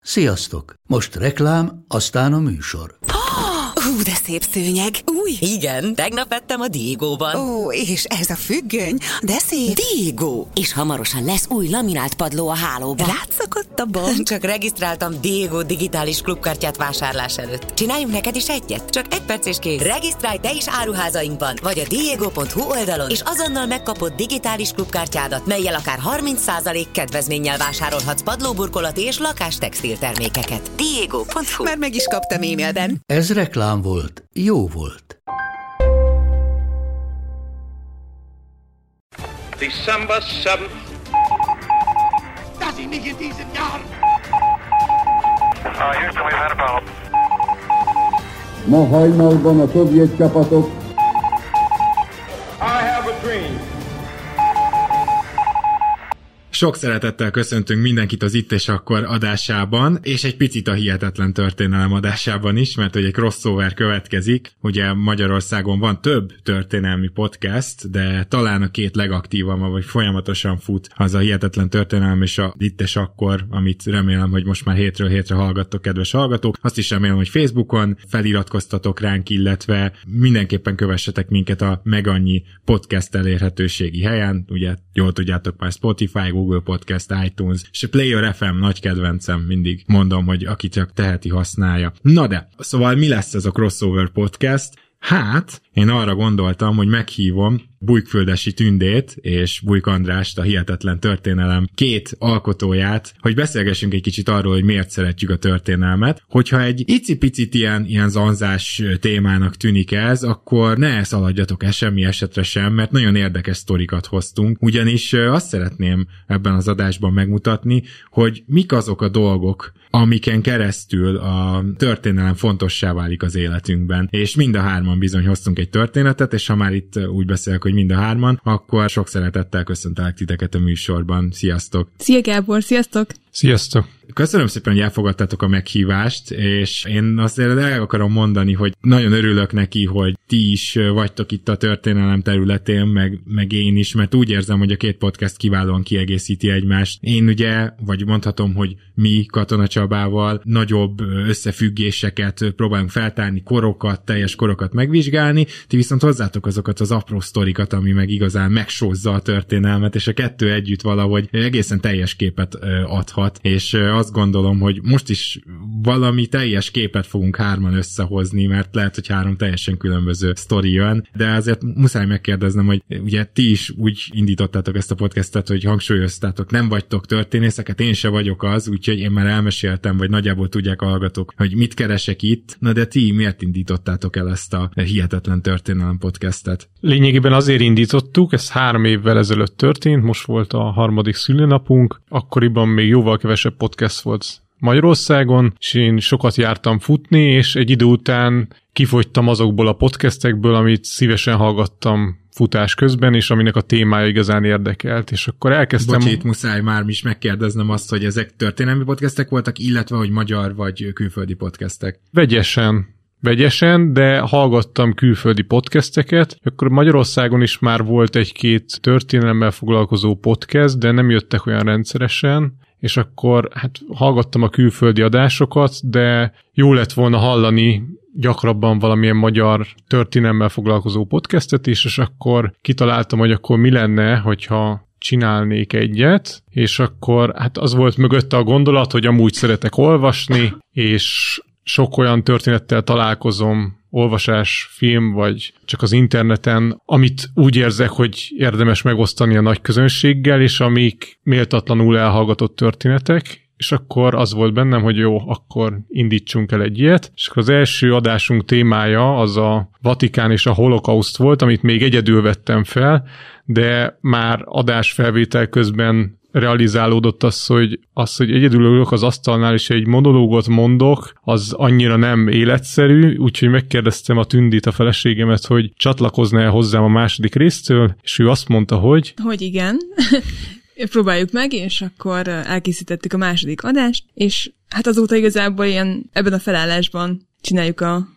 Sziasztok! Most reklám, aztán a műsor. De szép szőnyeg. Új? Igen, tegnap vettem a Diegóban. Ó, és ez a függöny, de szép. Diegó! És hamarosan lesz új laminált padló a hálóban. Rátszakadt a bank. Csak regisztráltam Diegó digitális klubkártyát vásárlás előtt. Csináljunk neked is egyet? Csak 1 perc és kész. Regisztrálj te is áruházainkban, vagy a diego.hu oldalon, és azonnal megkapod digitális klubkártyádat, mellyel akár 30% kedvezménnyel vásárolhatsz padlóburkolati és lakástextil termékeket. Diego.hu. Már meg is kaptam e-mailben. Ez reklám volt. Jó volt. December 7th. Das ist nicht in diesem Jahr. Houston, we've had a problem. Ma hajnalban a szovjet csapatok. I have a dream. Sok szeretettel köszöntünk mindenkit az Itt és Akkor adásában, és egy picit a Hihetetlen Történelem adásában is, mert hogy egy crossover következik. Ugye Magyarországon van több történelmi podcast, de talán a 2 legaktívabb, vagy folyamatosan fut, az a Hihetetlen Történelem és a Itt és Akkor, amit remélem, hogy most már hétről hétre hallgattok, kedves hallgatók. Azt is remélem, hogy Facebookon feliratkoztatok ránk, illetve mindenképpen kövessetek minket a Megannyi podcast elérhetőségi helyen. Ugye jól tudjátok, már Spotify, Google Podcast, iTunes, és a Player FM nagy kedvencem, mindig mondom, hogy aki csak teheti, használja. Na de, szóval mi lesz ez a crossover podcast? Hát, én arra gondoltam, hogy meghívom Bújkföldesi Tündét és Bújk Andrást, a Hihetetlen Történelem 2 alkotóját, hogy beszélgessünk egy kicsit arról, hogy miért szeretjük a történelmet. Hogyha egy icipicit ilyen zanzás témának tűnik ez, akkor ne szaladjatok semmi esetre sem, mert nagyon érdekes sztorikat hoztunk, ugyanis azt szeretném ebben az adásban megmutatni, hogy mik azok a dolgok, amiken keresztül a történelem fontossá válik az életünkben. És mind a 3 bizony hoztunk egy történetet, és ha már itt úgy beszélek, hogy mind a 3, akkor sok szeretettel köszöntelek titeket a műsorban. Sziasztok! Szia Gábor, sziasztok! Sziasztok! Köszönöm szépen, hogy elfogadtátok a meghívást, és én azt el akarom mondani, hogy nagyon örülök neki, hogy ti is vagytok itt a történelem területén, meg én is, mert úgy érzem, hogy a 2 podcast kiválóan kiegészíti egymást. Én ugye, vagy mondhatom, hogy mi Katona Csabával nagyobb összefüggéseket próbálunk feltárni, teljes korokat megvizsgálni, ti viszont hozzátok azokat az apró sztorikat, ami meg igazán megsózza a történelmet, és a 2 együtt valahogy egészen teljes képet adhat, és azt gondolom, hogy most is valami teljes képet fogunk 3 összehozni, mert lehet, hogy 3 teljesen különböző sztori jön, de azért muszáj megkérdeznem, hogy ugye ti is úgy indítottátok ezt a podcastet, hogy hangsúlyoztátok, nem vagytok történészeket, én se vagyok az, úgyhogy én már elmeséltem, vagy nagyjából tudják a hallgatók, hogy mit keresek itt, na de ti miért indítottátok el ezt a Hihetetlen Történelem podcastet? Lényegében azért indítottuk, ez 3 évvel ezelőtt történt, most volt a 3. szülinapunk, akkoriban még jóval kevesebb podcast volt Magyarországon, és én sokat jártam futni, és egy idő után kifogytam azokból a podcastekből, amit szívesen hallgattam futás közben, és aminek a témája igazán érdekelt, és akkor elkezdtem... Bocsát, muszáj már is megkérdeznem azt, hogy ezek történelmi podcastek voltak, illetve hogy magyar vagy külföldi podcastek. Vegyesen, de hallgattam külföldi podcasteket, akkor Magyarországon is már volt 1-2 történelemmel foglalkozó podcast, de nem jöttek olyan rendszeresen, és akkor hallgattam a külföldi adásokat, de jó lett volna hallani gyakrabban valamilyen magyar történelemmel foglalkozó podcastet is, és akkor kitaláltam, hogy akkor mi lenne, hogyha csinálnék egyet, és akkor az volt mögötte a gondolat, hogy amúgy szeretek olvasni, és sok olyan történettel találkozom, olvasás, film, vagy csak az interneten, amit úgy érzek, hogy érdemes megosztani a nagy közönséggel, és amik méltatlanul elhallgatott történetek, és akkor az volt bennem, hogy jó, akkor indítsunk el egy ilyet, és akkor az első adásunk témája az a Vatikán és a holokauszt volt, amit még egyedül vettem fel, de már adásfelvétel közben realizálódott az, hogy egyedül ülök az asztalnál, és egy monológot mondok, az annyira nem életszerű, úgyhogy megkérdeztem a Tündit, a feleségemet, hogy csatlakozna-e hozzám a második résztől, és ő azt mondta, hogy... Hogy igen. Próbáljuk meg, és akkor elkészítettük a második adást, és azóta igazából ebben a felállásban csináljuk a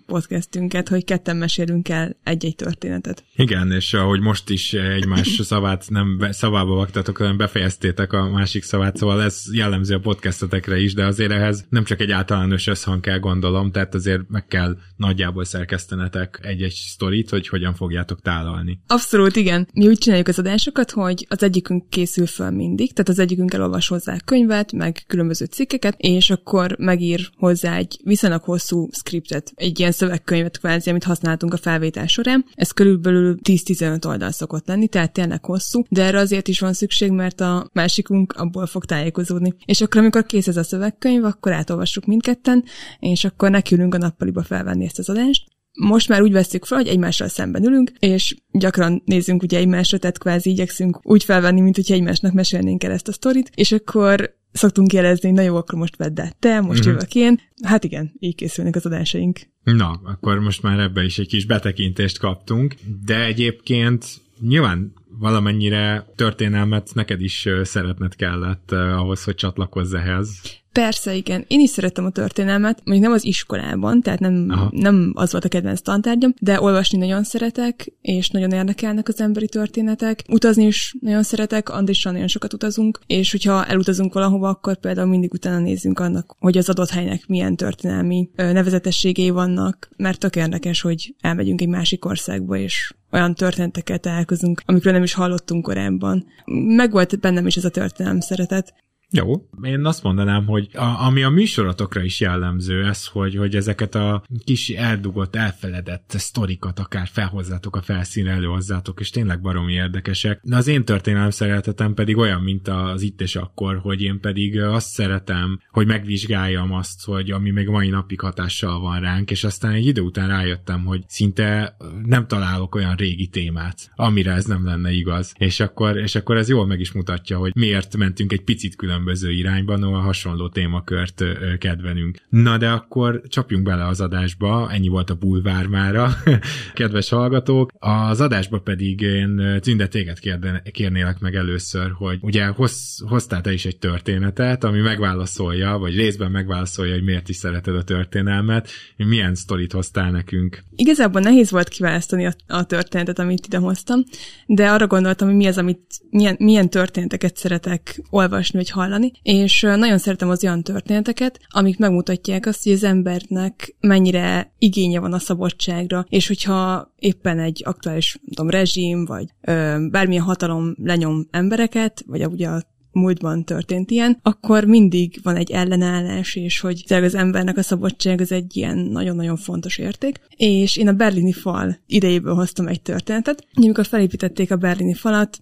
podcastünket, hogy ketten mesélünk el egy-egy történetet. Igen, és ahogy most is egymás szavát nem szavába vaktatok, hanem befejeztétek a másik szavát, szóval ez jellemző a podcastetekre is, de azért ehhez nem csak egy általános összhang kell, gondolom, tehát azért meg kell nagyjából szerkesztenetek egy-egy sztorit, hogy hogyan fogjátok tálalni. Abszolút, igen. Mi úgy csináljuk az adásokat, hogy az egyikünk készül föl mindig, tehát az egyikünk elolvas hozzá könyvet, meg különböző cikkeket, és akkor megír hozzá egy viszonylag hosszú scriptet, egy ilyen szövegkönyvet kvázi, amit használtunk a felvétel során. Ez körülbelül 10-15 oldal szokott lenni, tehát tényleg hosszú, de erre azért is van szükség, mert a másikunk abból fog tájékozódni. És akkor, amikor kész ez a szövegkönyv, akkor átolvassuk mindketten, és akkor nekiülünk a nappaliba felvenni ezt az adást. Most már úgy vesszük fel, hogy egymással szemben ülünk, és gyakran nézzünk ugye egymásra, tehát kvázi igyekszünk úgy felvenni, mint hogyha egymásnak mesélnénk el ezt a sztorit, és akkor szoktunk jelezni, na jó, akkor most vedd át te, most jövök én. Hát igen, így készülnek az adásaink. Na, akkor most már ebbe is egy kis betekintést kaptunk, de egyébként nyilván valamennyire történelmet neked is szeretned kellett ahhoz, hogy csatlakozz ehhez. Persze, igen. Én is szerettem a történelmet, mondjuk nem az iskolában, tehát nem az volt a kedvenc tantárgyam, de olvasni nagyon szeretek, és nagyon érdekelnek az emberi történetek. Utazni is nagyon szeretek, Andrissal nagyon sokat utazunk, és hogyha elutazunk valahova, akkor például mindig utána nézzünk annak, hogy az adott helynek milyen történelmi nevezetességei vannak, mert tök érdekes, hogy elmegyünk egy másik országba, és olyan történetekkel találkozunk, amikről nem is hallottunk korábban. Megvolt bennem is ez a történelem szeretet. Jó, én azt mondanám, hogy ami a műsorotokra is jellemző, ez, hogy ezeket a kis eldugott, elfeledett sztorikat akár felhozzátok a felszínre, előhozzátok, és tényleg baromi érdekesek. De az én történelem szeretetem pedig olyan, mint az Itt és Akkor, hogy én pedig azt szeretem, hogy megvizsgáljam azt, hogy ami még mai napig hatással van ránk, és aztán egy idő után rájöttem, hogy szinte nem találok olyan régi témát, amire ez nem lenne igaz. És akkor ez jól meg is mutatja, hogy miért mentünk egy picit különböző irányba, no, a hasonló témakört kedvelünk. Na de akkor csapjunk bele az adásba, ennyi volt a bulvár mára, kedves hallgatók. Az adásba pedig én Tünde téged kérnélek meg először, hogy ugye hoztál te is egy történetet, ami megválaszolja, vagy részben megválaszolja, hogy miért is szereted a történelmet, milyen sztorit hoztál nekünk. Igazából nehéz volt kiválasztani a történetet, amit ide hoztam, de arra gondoltam, hogy mi az, milyen történeteket szeretek olvasni, vagy hallani, és nagyon szeretem az olyan történeteket, amik megmutatják azt, hogy az embernek mennyire igénye van a szabadságra, és hogyha éppen egy aktuális, nem tudom, rezsim, vagy bármilyen hatalom lenyom embereket, vagy ugye a múltban történt ilyen, akkor mindig van egy ellenállás, és hogy az embernek a szabadság az egy ilyen nagyon-nagyon fontos érték. És én a berlini fal idejéből hoztam egy történetet. Amikor felépítették a berlini falat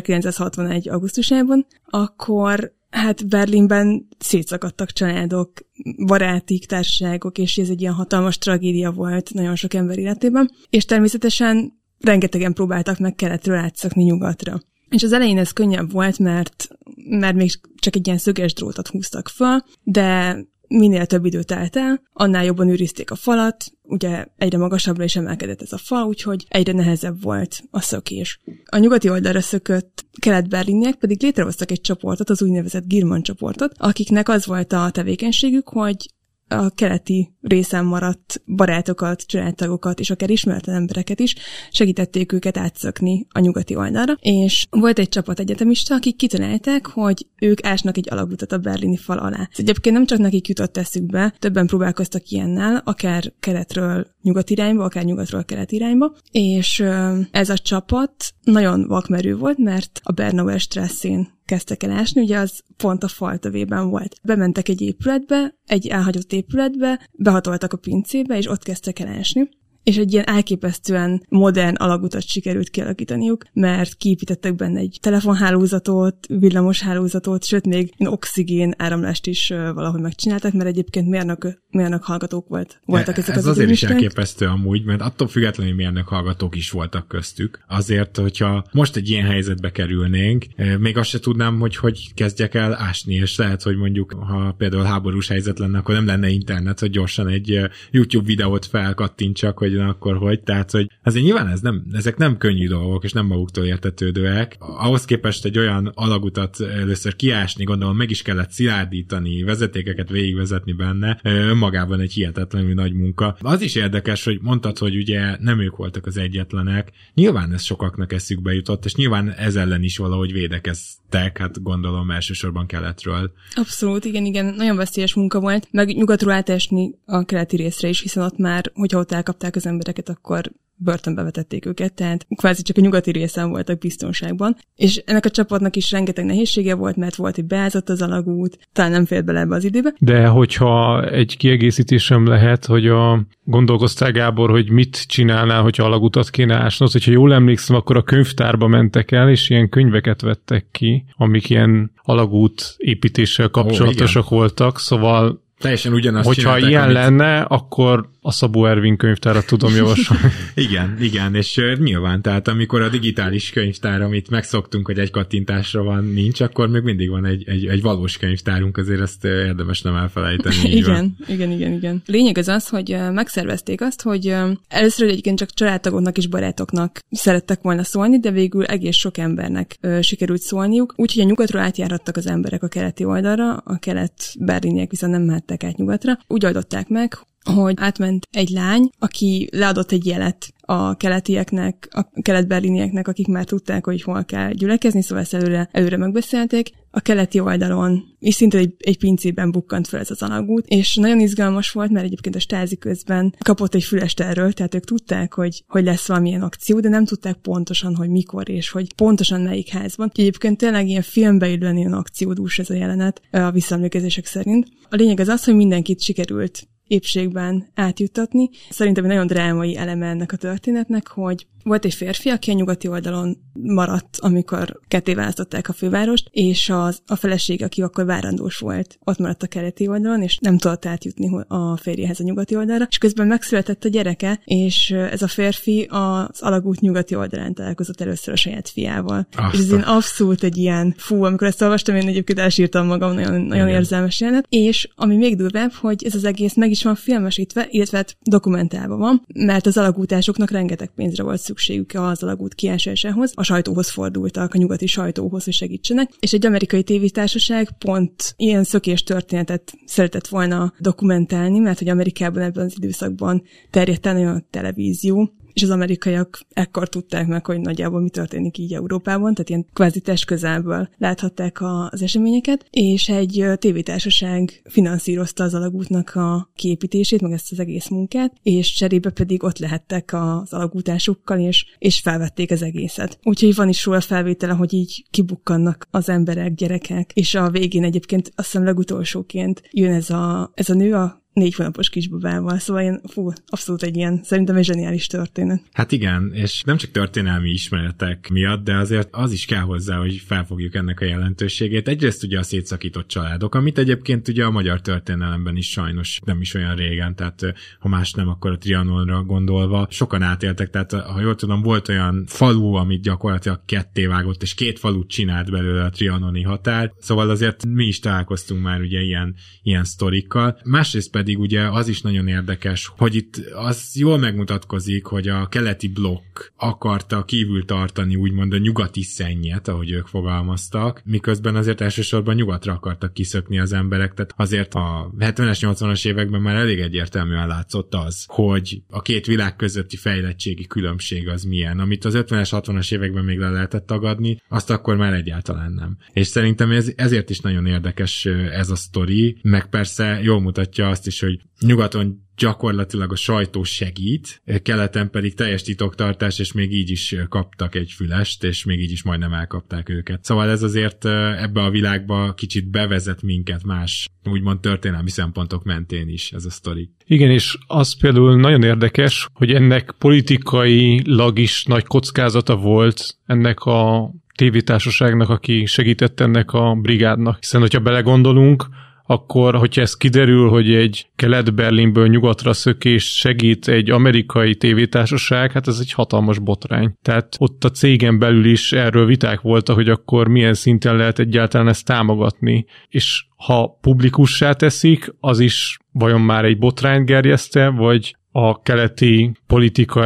1961. augusztusában, akkor hát Berlinben szétszakadtak családok, barátik, társaságok, és ez egy ilyen hatalmas tragédia volt nagyon sok ember életében. És természetesen rengetegen próbáltak meg keletről átszakni nyugatra. És az elején ez könnyebb volt, mert még csak egy ilyen szöges drótot húztak fel, de minél több idő telt el, annál jobban őrizték a falat, ugye egyre magasabbra is emelkedett ez a fal, úgyhogy egyre nehezebb volt a szökés. A nyugati oldalra szökött kelet-berliniek pedig létrehoztak egy csoportot, az úgynevezett Girman csoportot, akiknek az volt a tevékenységük, hogy a keleti részen maradt barátokat, családtagokat és akár ismeretlen embereket is segítették őket átszökni a nyugati oldalra, és volt egy csapat egyetemista, akik kitalálták, hogy ők ásnak egy alagutat a berlini fal alá. Ez egyébként nem csak nekik jutott eszükbe, többen próbálkoztak ilyennel, akár keletről nyugat irányba, akár nyugatról kelet irányba, és ez a csapat nagyon vakmerő volt, mert a Bernauer Strasszén kezdtek el ásni, ugye az pont a fal tövében volt. Bementek egy épületbe, egy elhagyott épületbe, behatoltak a pincébe, és ott kezdtek el ásni. És egy ilyen elképesztően modern alagutat sikerült kialakítaniuk, mert kiépítettek benne egy telefonhálózatot, villamoshálózatot, sőt még oxigén áramlást is valahogy megcsináltak, mert egyébként mérnök hallgatók voltak ezek az azért is elképesztő amúgy, mert attól függetlenül mérnök hallgatók is voltak köztük. Azért, hogyha most egy ilyen helyzetbe kerülnénk, még azt se tudnám, hogy kezdjek el ásni, és lehet, hogy mondjuk, ha például háborús helyzet lenne, akkor nem lenne internet, hogy gyorsan egy YouTube videót felkattintsak, hogy ugyanakkor hogy, tehát, hogy azért nyilván ezek nem könnyű dolgok, és nem maguktól értetődőek. Ahhoz képest egy olyan alagutat először kiásni, gondolom meg is kellett szilárdítani, vezetékeket végigvezetni benne, önmagában egy hihetetlenül nagy munka. Az is érdekes, hogy mondtad, hogy ugye nem ők voltak az egyetlenek. Nyilván ez sokaknak eszükbe jutott, és nyilván ez ellen is valahogy védekeztek, hát gondolom elsősorban keletről. Abszolút, igen, nagyon veszélyes munka volt, meg nyugatról átesni a keleti részre is, hiszen ott már, hogyha ott elkapták az embereket, akkor börtönbe vetették őket, tehát kvázi csak a nyugati részen voltak biztonságban. És ennek a csapatnak is rengeteg nehézsége volt, mert volt, hogy beázott az alagút, talán nem fért bele ebbe az időbe. De hogyha egy kiegészítésem lehet, hogy gondolkoztál, Gábor, hogy mit csinálnál, hogyha alagutat kéne ásnod, hogyha jól emlékszem, akkor a könyvtárba mentek el, és ilyen könyveket vettek ki, amik ilyen alagút építéssel kapcsolatosak voltak, szóval teljesen ugyanazt hogyha csinálták, ilyen lenne, akkor a Szabó Ervin könyvtárat tudom javasolni. Igen, és nyilván, tehát amikor a digitális könyvtár, amit megszoktunk, hogy egy kattintásra van, nincs, akkor még mindig van egy valós könyvtárunk, azért ezt érdemes nem elfelejteni. Igen. Lényeg az, hogy megszervezték azt, hogy először egyébként csak családtagoknak és barátoknak szerettek volna szólni, de végül egész sok embernek sikerült szólniuk, úgyhogy a nyugatról átjárattak az emberek a keleti oldalra, a kelet-berliniek viszont nem mehettek át nyugatra. Úgy oldották meg, hogy átment egy lány, aki leadott egy jelet a keletieknek, a kelet-berlinieknek, akik már tudták, hogy hol kell gyülekezni, szóval ezt előre megbeszélték. A keleti oldalon és szinte egy pincében bukkant fel ez az alagút, és nagyon izgalmas volt, mert egyébként a Stasi közben kapott egy fülest erről, tehát ők tudták, hogy lesz valamilyen akció, de nem tudták pontosan, hogy mikor és hogy pontosan melyik házban. Egyébként tényleg ilyen filmbeillően ilyen akciódús ez a jelenet a visszaemlékezések szerint. A lényeg az, hogy mindenkit sikerült épségben átjuttatni. Szerintem egy nagyon drámai eleme ennek a történetnek, hogy volt egy férfi, aki a nyugati oldalon maradt, amikor ketté választották a fővárost, és a feleség, aki akkor várandós volt, ott maradt a keleti oldalon, és nem tudott átjutni a férjehez a nyugati oldalra, és közben megszületett a gyereke, és ez a férfi az alagút nyugati oldalán találkozott először a saját fiával. És ez abszolút egy ilyen, amikor ezt olvastam, én egyébként elsírtam magam, nagyon érzelmes jelenet, és ami még durvább, hogy ez az egész meg is van filmesítve, illetve dokumentálva van, mert az alagútásoknak rengeteg pénzre volt szükségük az alagút kiásásához. A sajtóhoz fordultak, a nyugati sajtóhoz, hogy segítsenek, és egy amerikai tévétársaság pont ilyen szökés történetet szeretett volna dokumentálni, mert hogy Amerikában ebben az időszakban terjedt el nagyon a televízió, és az amerikaiak ekkor tudták meg, hogy nagyjából mi történik így Európában, tehát ilyen kvázi testközelből láthatták az eseményeket, és egy tévétársaság finanszírozta az alagútnak a kiépítését, meg ezt az egész munkát, és cserébe pedig ott lehettek az alagútásukkal, és felvették az egészet. Úgyhogy van is róla felvétele, hogy így kibukkannak az emberek, gyerekek, és a végén egyébként azt hiszem legutolsóként jön ez a nő a 4 hónapos kisbabával, szóval abszolút egy ilyen, szerintem egy zseniális történet. Hát igen, és nem csak történelmi ismeretek miatt, de azért az is kell hozzá, hogy felfogjuk ennek a jelentőségét. Egyrészt ugye a szétszakított családok, amit egyébként ugye a magyar történelemben is sajnos nem is olyan régen, tehát ha más nem, akkor a Trianonra gondolva sokan átéltek, tehát ha jól tudom, volt olyan falu, amit gyakorlatilag ketté vágott, és 2 falut csinált belőle a trianoni határ, szóval azért mi is találkoztunk már ugye ilyen sztorikkal. Másrészt pedig ugye az is nagyon érdekes, hogy itt az jól megmutatkozik, hogy a keleti blokk akarta kívül tartani úgymond a nyugati szennyet, ahogy ők fogalmaztak, miközben azért elsősorban nyugatra akartak kiszökni az emberek, tehát azért a 70-es, 80-as években már elég egyértelműen látszott az, hogy a 2 világ közötti fejlettségi különbség az milyen, amit az 50-es, 60-as években még le lehetett tagadni, azt akkor már egyáltalán nem. És szerintem ezért is nagyon érdekes ez a sztori, meg persze jól mutatja azt is, hogy nyugaton gyakorlatilag a sajtó segít, keleten pedig teljes titoktartás, és még így is kaptak egy fülest, és még így is majdnem elkapták őket. Szóval ez azért ebbe a világba kicsit bevezet minket más, úgymond történelmi szempontok mentén is ez a sztori. Igen, és az például nagyon érdekes, hogy ennek politikailag is nagy kockázata volt ennek a tévétársaságnak, aki segített ennek a brigádnak. Hiszen, hogyha belegondolunk, akkor, hogyha ez kiderül, hogy egy Kelet-Berlinből nyugatra szökés segít egy amerikai tévétársaság, hát ez egy hatalmas botrány. Tehát ott a cégen belül is erről viták voltak, hogy akkor milyen szinten lehet egyáltalán ezt támogatni. És ha publikussá teszik, az is vajon már egy botrányt gerjeszte, vagy a keleti politika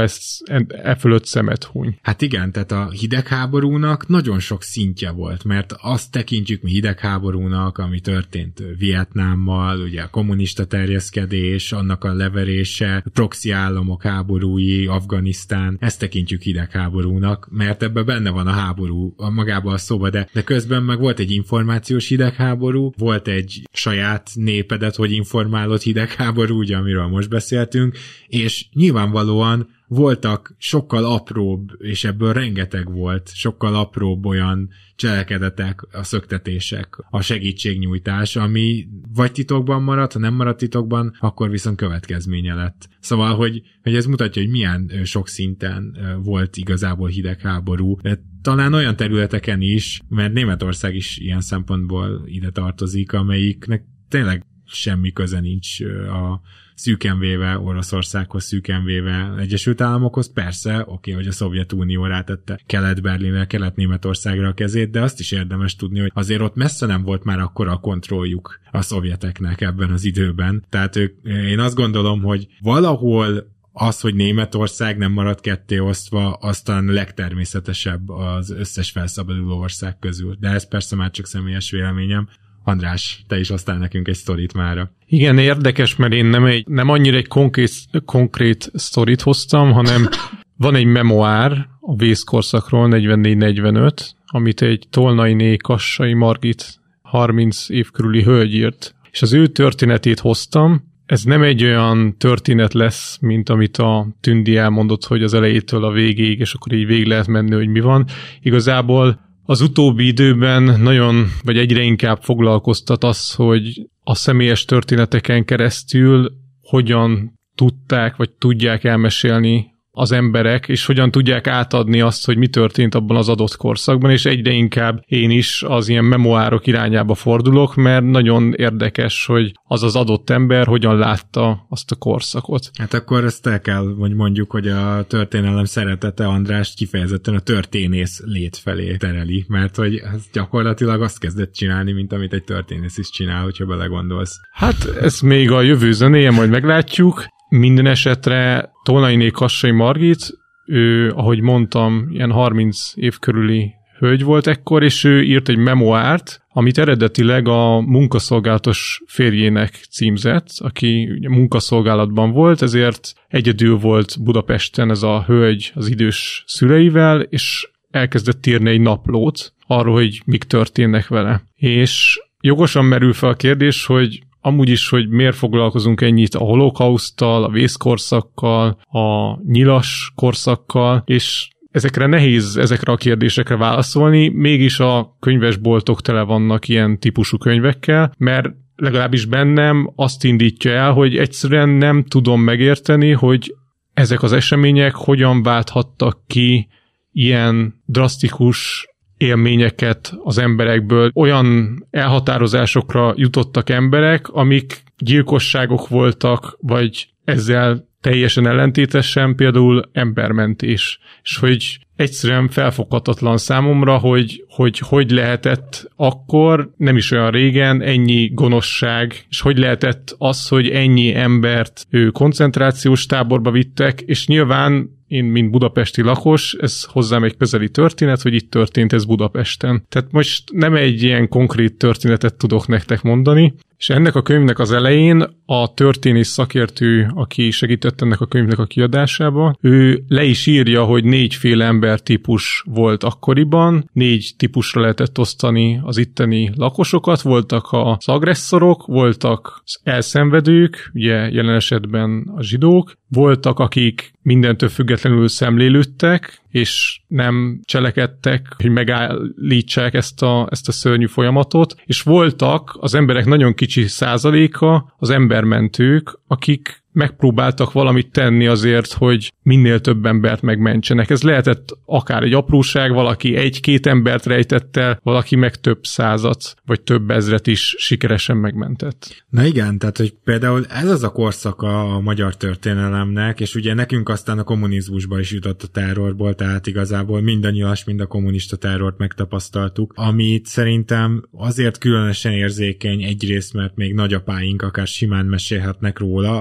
e fölött szemet huny. Hát igen, tehát a hidegháborúnak nagyon sok szintje volt, mert azt tekintjük mi hidegháborúnak, ami történt Vietnámmal, ugye a kommunista terjeszkedés, annak a leverése, proxy államok háborúi, Afganisztán, ezt tekintjük hidegháborúnak, mert ebben benne van a háború magában a szóba, de közben meg volt egy információs hidegháború, volt egy saját népedet, hogy informálod hidegháború, ugye, amiről most beszéltünk, és nyilvánvalóan voltak sokkal apróbb, és ebből rengeteg volt, sokkal apróbb olyan cselekedetek, a szöktetések, a segítségnyújtás, ami vagy titokban maradt, ha nem maradt titokban, akkor viszont következménye lett. Szóval, hogy ez mutatja, hogy milyen sok szinten volt igazából hidegháború. Talán olyan területeken is, mert Németország is ilyen szempontból ide tartozik, amelyiknek tényleg semmi köze nincs a szűken véve Oroszországhoz, szűken véve Egyesült Államokhoz. Persze, oké, hogy a Szovjetunió rátette Kelet-Berlinre, Kelet-Németországra a kezét, de azt is érdemes tudni, hogy azért ott messze nem volt már akkora a kontrolljuk a szovjeteknek ebben az időben. Tehát én azt gondolom, hogy valahol az, hogy Németország nem maradt kettéosztva, aztán legtermészetesebb az összes felszabaduló ország közül. De ez persze már csak személyes véleményem. András, te is hoztál nekünk egy sztorit mára. Igen, érdekes, mert én nem annyira egy konkrét sztorit hoztam, hanem van egy memoár a vészkorszakról 44-45, amit egy Tolnainé Kassai Margit 30 év körüli hölgy írt, és az ő történetét hoztam. Ez nem egy olyan történet lesz, mint amit a Tündi elmondott, hogy az elejétől a végéig, és akkor így végig lehet menni, hogy mi van. Igazából az utóbbi időben vagy egyre inkább foglalkoztat az, hogy a személyes történeteken keresztül hogyan tudták, vagy tudják elmesélni az emberek, és hogyan tudják átadni azt, hogy mi történt abban az adott korszakban, és egyre inkább én is az ilyen memoárok irányába fordulok, mert nagyon érdekes, hogy az adott ember hogyan látta azt a korszakot. Hát akkor ezt el kell, hogy mondjuk, hogy a történelem szeretete Andrást kifejezetten a történész lét felé tereli, mert hogy gyakorlatilag azt kezdett csinálni, mint amit egy történész is csinál, hogyha belegondolsz. Hát ez még a jövő zenéje, majd meglátjuk. Minden esetre Tolnainé Kassai Margit, ő, ahogy mondtam, ilyen 30 év körüli hölgy volt ekkor, és ő írt egy memoárt, amit eredetileg a munkaszolgálatos férjének címzett, aki ugye munkaszolgálatban volt, ezért egyedül volt Budapesten ez a hölgy az idős szüleivel, és elkezdett írni egy naplót arról, hogy mik történnek vele. És jogosan merül fel a kérdés, hogy amúgy is, hogy miért foglalkozunk ennyit a holokauszttal, a vészkorszakkal, a nyilas korszakkal, és ezekre a kérdésekre válaszolni, mégis a könyvesboltok tele vannak ilyen típusú könyvekkel, mert legalábbis bennem azt indítja el, hogy egyszerűen nem tudom megérteni, hogy ezek az események hogyan válthattak ki ilyen drasztikus élményeket az emberekből. Olyan elhatározásokra jutottak emberek, amik gyilkosságok voltak, vagy ezzel teljesen ellentétesen, például embermentés. És hogy egyszerűen felfoghatatlan számomra, hogy lehetett akkor, nem is olyan régen, ennyi gonoszság, és hogy lehetett az, hogy ennyi embert koncentrációs táborba vittek, és nyilván én, mint budapesti lakos, ez hozzám egy közeli történet, hogy itt történt ez Budapesten. Tehát most nem egy ilyen konkrét történetet tudok nektek mondani, és ennek a könyvnek az elején a történész szakértő, aki segített ennek a könyvnek a kiadásába, ő le is írja, hogy 4 embertípus volt akkoriban, 4 típusra lehetett osztani az itteni lakosokat, voltak az agresszorok, voltak az elszenvedők, ugye jelen esetben a zsidók, voltak, akik mindentől függetlenül szemlélődtek, és nem cselekedtek, hogy megállítsák ezt a szörnyű folyamatot, és voltak az emberek nagyon kicsi százaléka, az embermentők, akik megpróbáltak valamit tenni azért, hogy minél több embert megmentsenek. Ez lehetett akár egy apróság, valaki 1-2 embert rejtett el, valaki meg több százat, vagy több ezret is sikeresen megmentett. Na igen, tehát hogy például ez az a korszaka a magyar történelemnek, és ugye nekünk aztán a kommunizmusba is jutott a terrorból, tehát igazából mind a nyilas, mind a kommunista terrort megtapasztaltuk, amit szerintem azért különösen érzékeny egyrészt, mert még nagyapáink akár simán mesélhetnek róla, de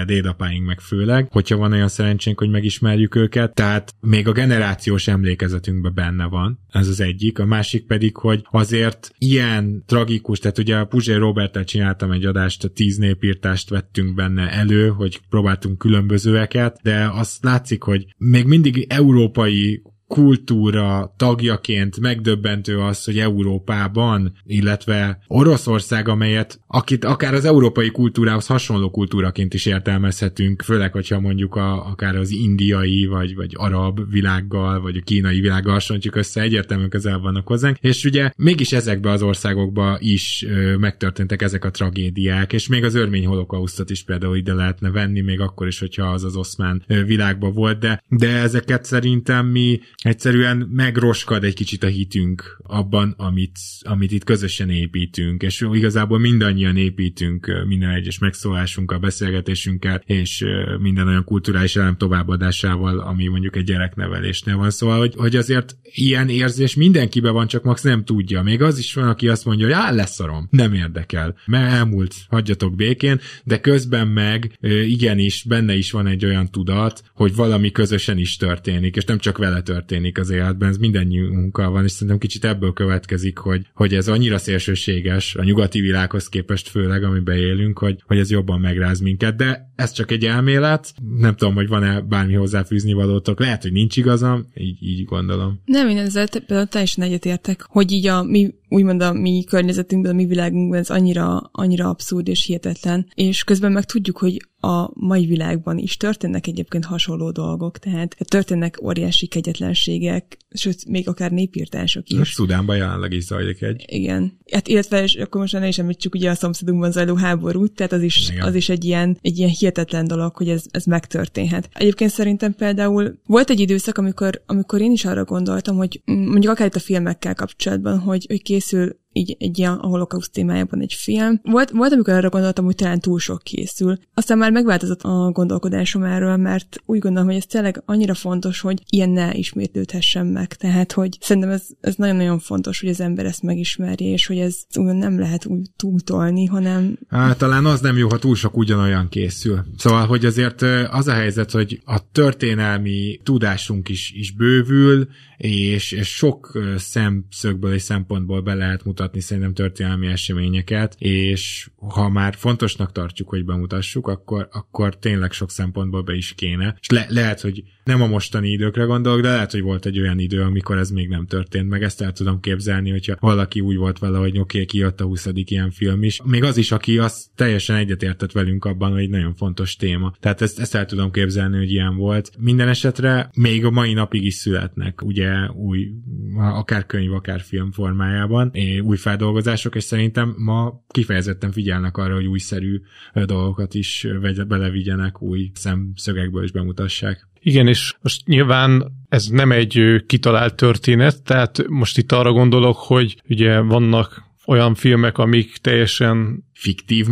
dédapáink meg főleg, hogyha van olyan szerencsénk, hogy megismerjük őket, tehát még a generációs emlékezetünkben benne van, ez az egyik, a másik pedig, hogy azért ilyen tragikus, tehát ugye a Puzsér Roberttel csináltam egy adást, a 10 népírtást vettünk benne elő, hogy próbáltunk különbözőeket, de azt látszik, hogy még mindig európai kultúra tagjaként megdöbbentő az, hogy Európában, illetve Oroszország, amelyet akár az európai kultúrához hasonló kultúraként is értelmezhetünk, főleg, hogyha mondjuk akár az indiai, vagy arab világgal, vagy a kínai világgal hasonlítjuk össze, egyértelműen közel vannak hozzánk, és ugye mégis ezekben az országokban is megtörténtek ezek a tragédiák, és még az örmény holokausztot is például ide lehetne venni, még akkor is, hogyha az oszmán világban volt, de ezeket szerintem mi egyszerűen megroskad egy kicsit a hitünk abban, amit itt közösen építünk, és igazából mindannyian építünk minden egyes megszólásunkkal, beszélgetésünkkel, és minden olyan kulturális elem továbbadásával, ami mondjuk egy gyereknevelésnél van. Szóval, hogy azért ilyen érzés mindenkiben van, csak max nem tudja. Még az is van, aki azt mondja, hogy leszarom, nem érdekel, mert elmúlt, hagyjatok békén, de közben meg igenis, benne is van egy olyan tudat, hogy valami közösen is történik, és nem csak vele történik az életben, ez mindannyiunkkal van, és szerintem kicsit ebből következik, hogy ez annyira szélsőséges a nyugati világhoz képest főleg, amiben élünk, hogy ez jobban megráz minket, de ez csak egy elmélet, nem tudom, hogy van-e bármi hozzáfűzni valótok, lehet, hogy nincs igazam, így gondolom. Nem, én ezzel teljesen egyetértek, hogy így úgymond a mi környezetünkben, a mi világunkban ez annyira abszurd és hihetetlen, és közben meg tudjuk, hogy a mai világban is történnek egyébként hasonló dolgok, tehát történnek óriási kegyetlenségek, sőt, még akár népírtások is. Szudánban jelenleg is zajlik egy. Igen. Hát illetve, és akkor most ne is említsük ugye a szomszédunkban zajló háborút, tehát az is egy ilyen hihetetlen dolog, hogy ez megtörténhet. Egyébként szerintem például volt egy időszak, amikor én is arra gondoltam, hogy mondjuk akár itt a filmekkel kapcsolatban, hogy készül így egy ilyen a holokauszt témájában egy film. Volt, amikor arra gondoltam, hogy talán túl sok készül. Aztán már megváltozott a gondolkodásom erről, mert úgy gondolom, hogy ez tényleg annyira fontos, hogy ilyen ne ismétlődhessen meg. Tehát, hogy szerintem ez nagyon-nagyon fontos, hogy az ember ezt megismerje, és hogy ez nem lehet úgy túltolni, hanem... Talán az nem jó, ha túl sok ugyanolyan készül. Szóval, hogy azért az a helyzet, hogy a történelmi tudásunk is bővül, és sok szemszögből és szempontból be lehet mutatni szerintem történelmi eseményeket, és ha már fontosnak tartjuk, hogy bemutassuk, akkor tényleg sok szempontból be is kéne. És lehet, hogy nem a mostani időkre gondolok, de lehet, hogy volt egy olyan idő, amikor ez még nem történt meg. Ezt el tudom képzelni, hogyha valaki úgy volt vele, hogy oké, kijött a 20. ilyen film is. Még az is, aki azt teljesen egyetértett velünk abban, hogy egy nagyon fontos téma. Tehát ezt el tudom képzelni, hogy ilyen volt. Minden esetre még a mai napig is születnek, ugye új, akár könyv, akár film formájában, új feldolgozások, és szerintem ma kifejezetten figyelnek arra, hogy újszerű dolgokat is belevigyenek, új szemszögekből is bemutassák. Igen, és most nyilván ez nem egy kitalált történet, tehát most itt arra gondolok, hogy ugye vannak olyan filmek, amik teljesen fiktív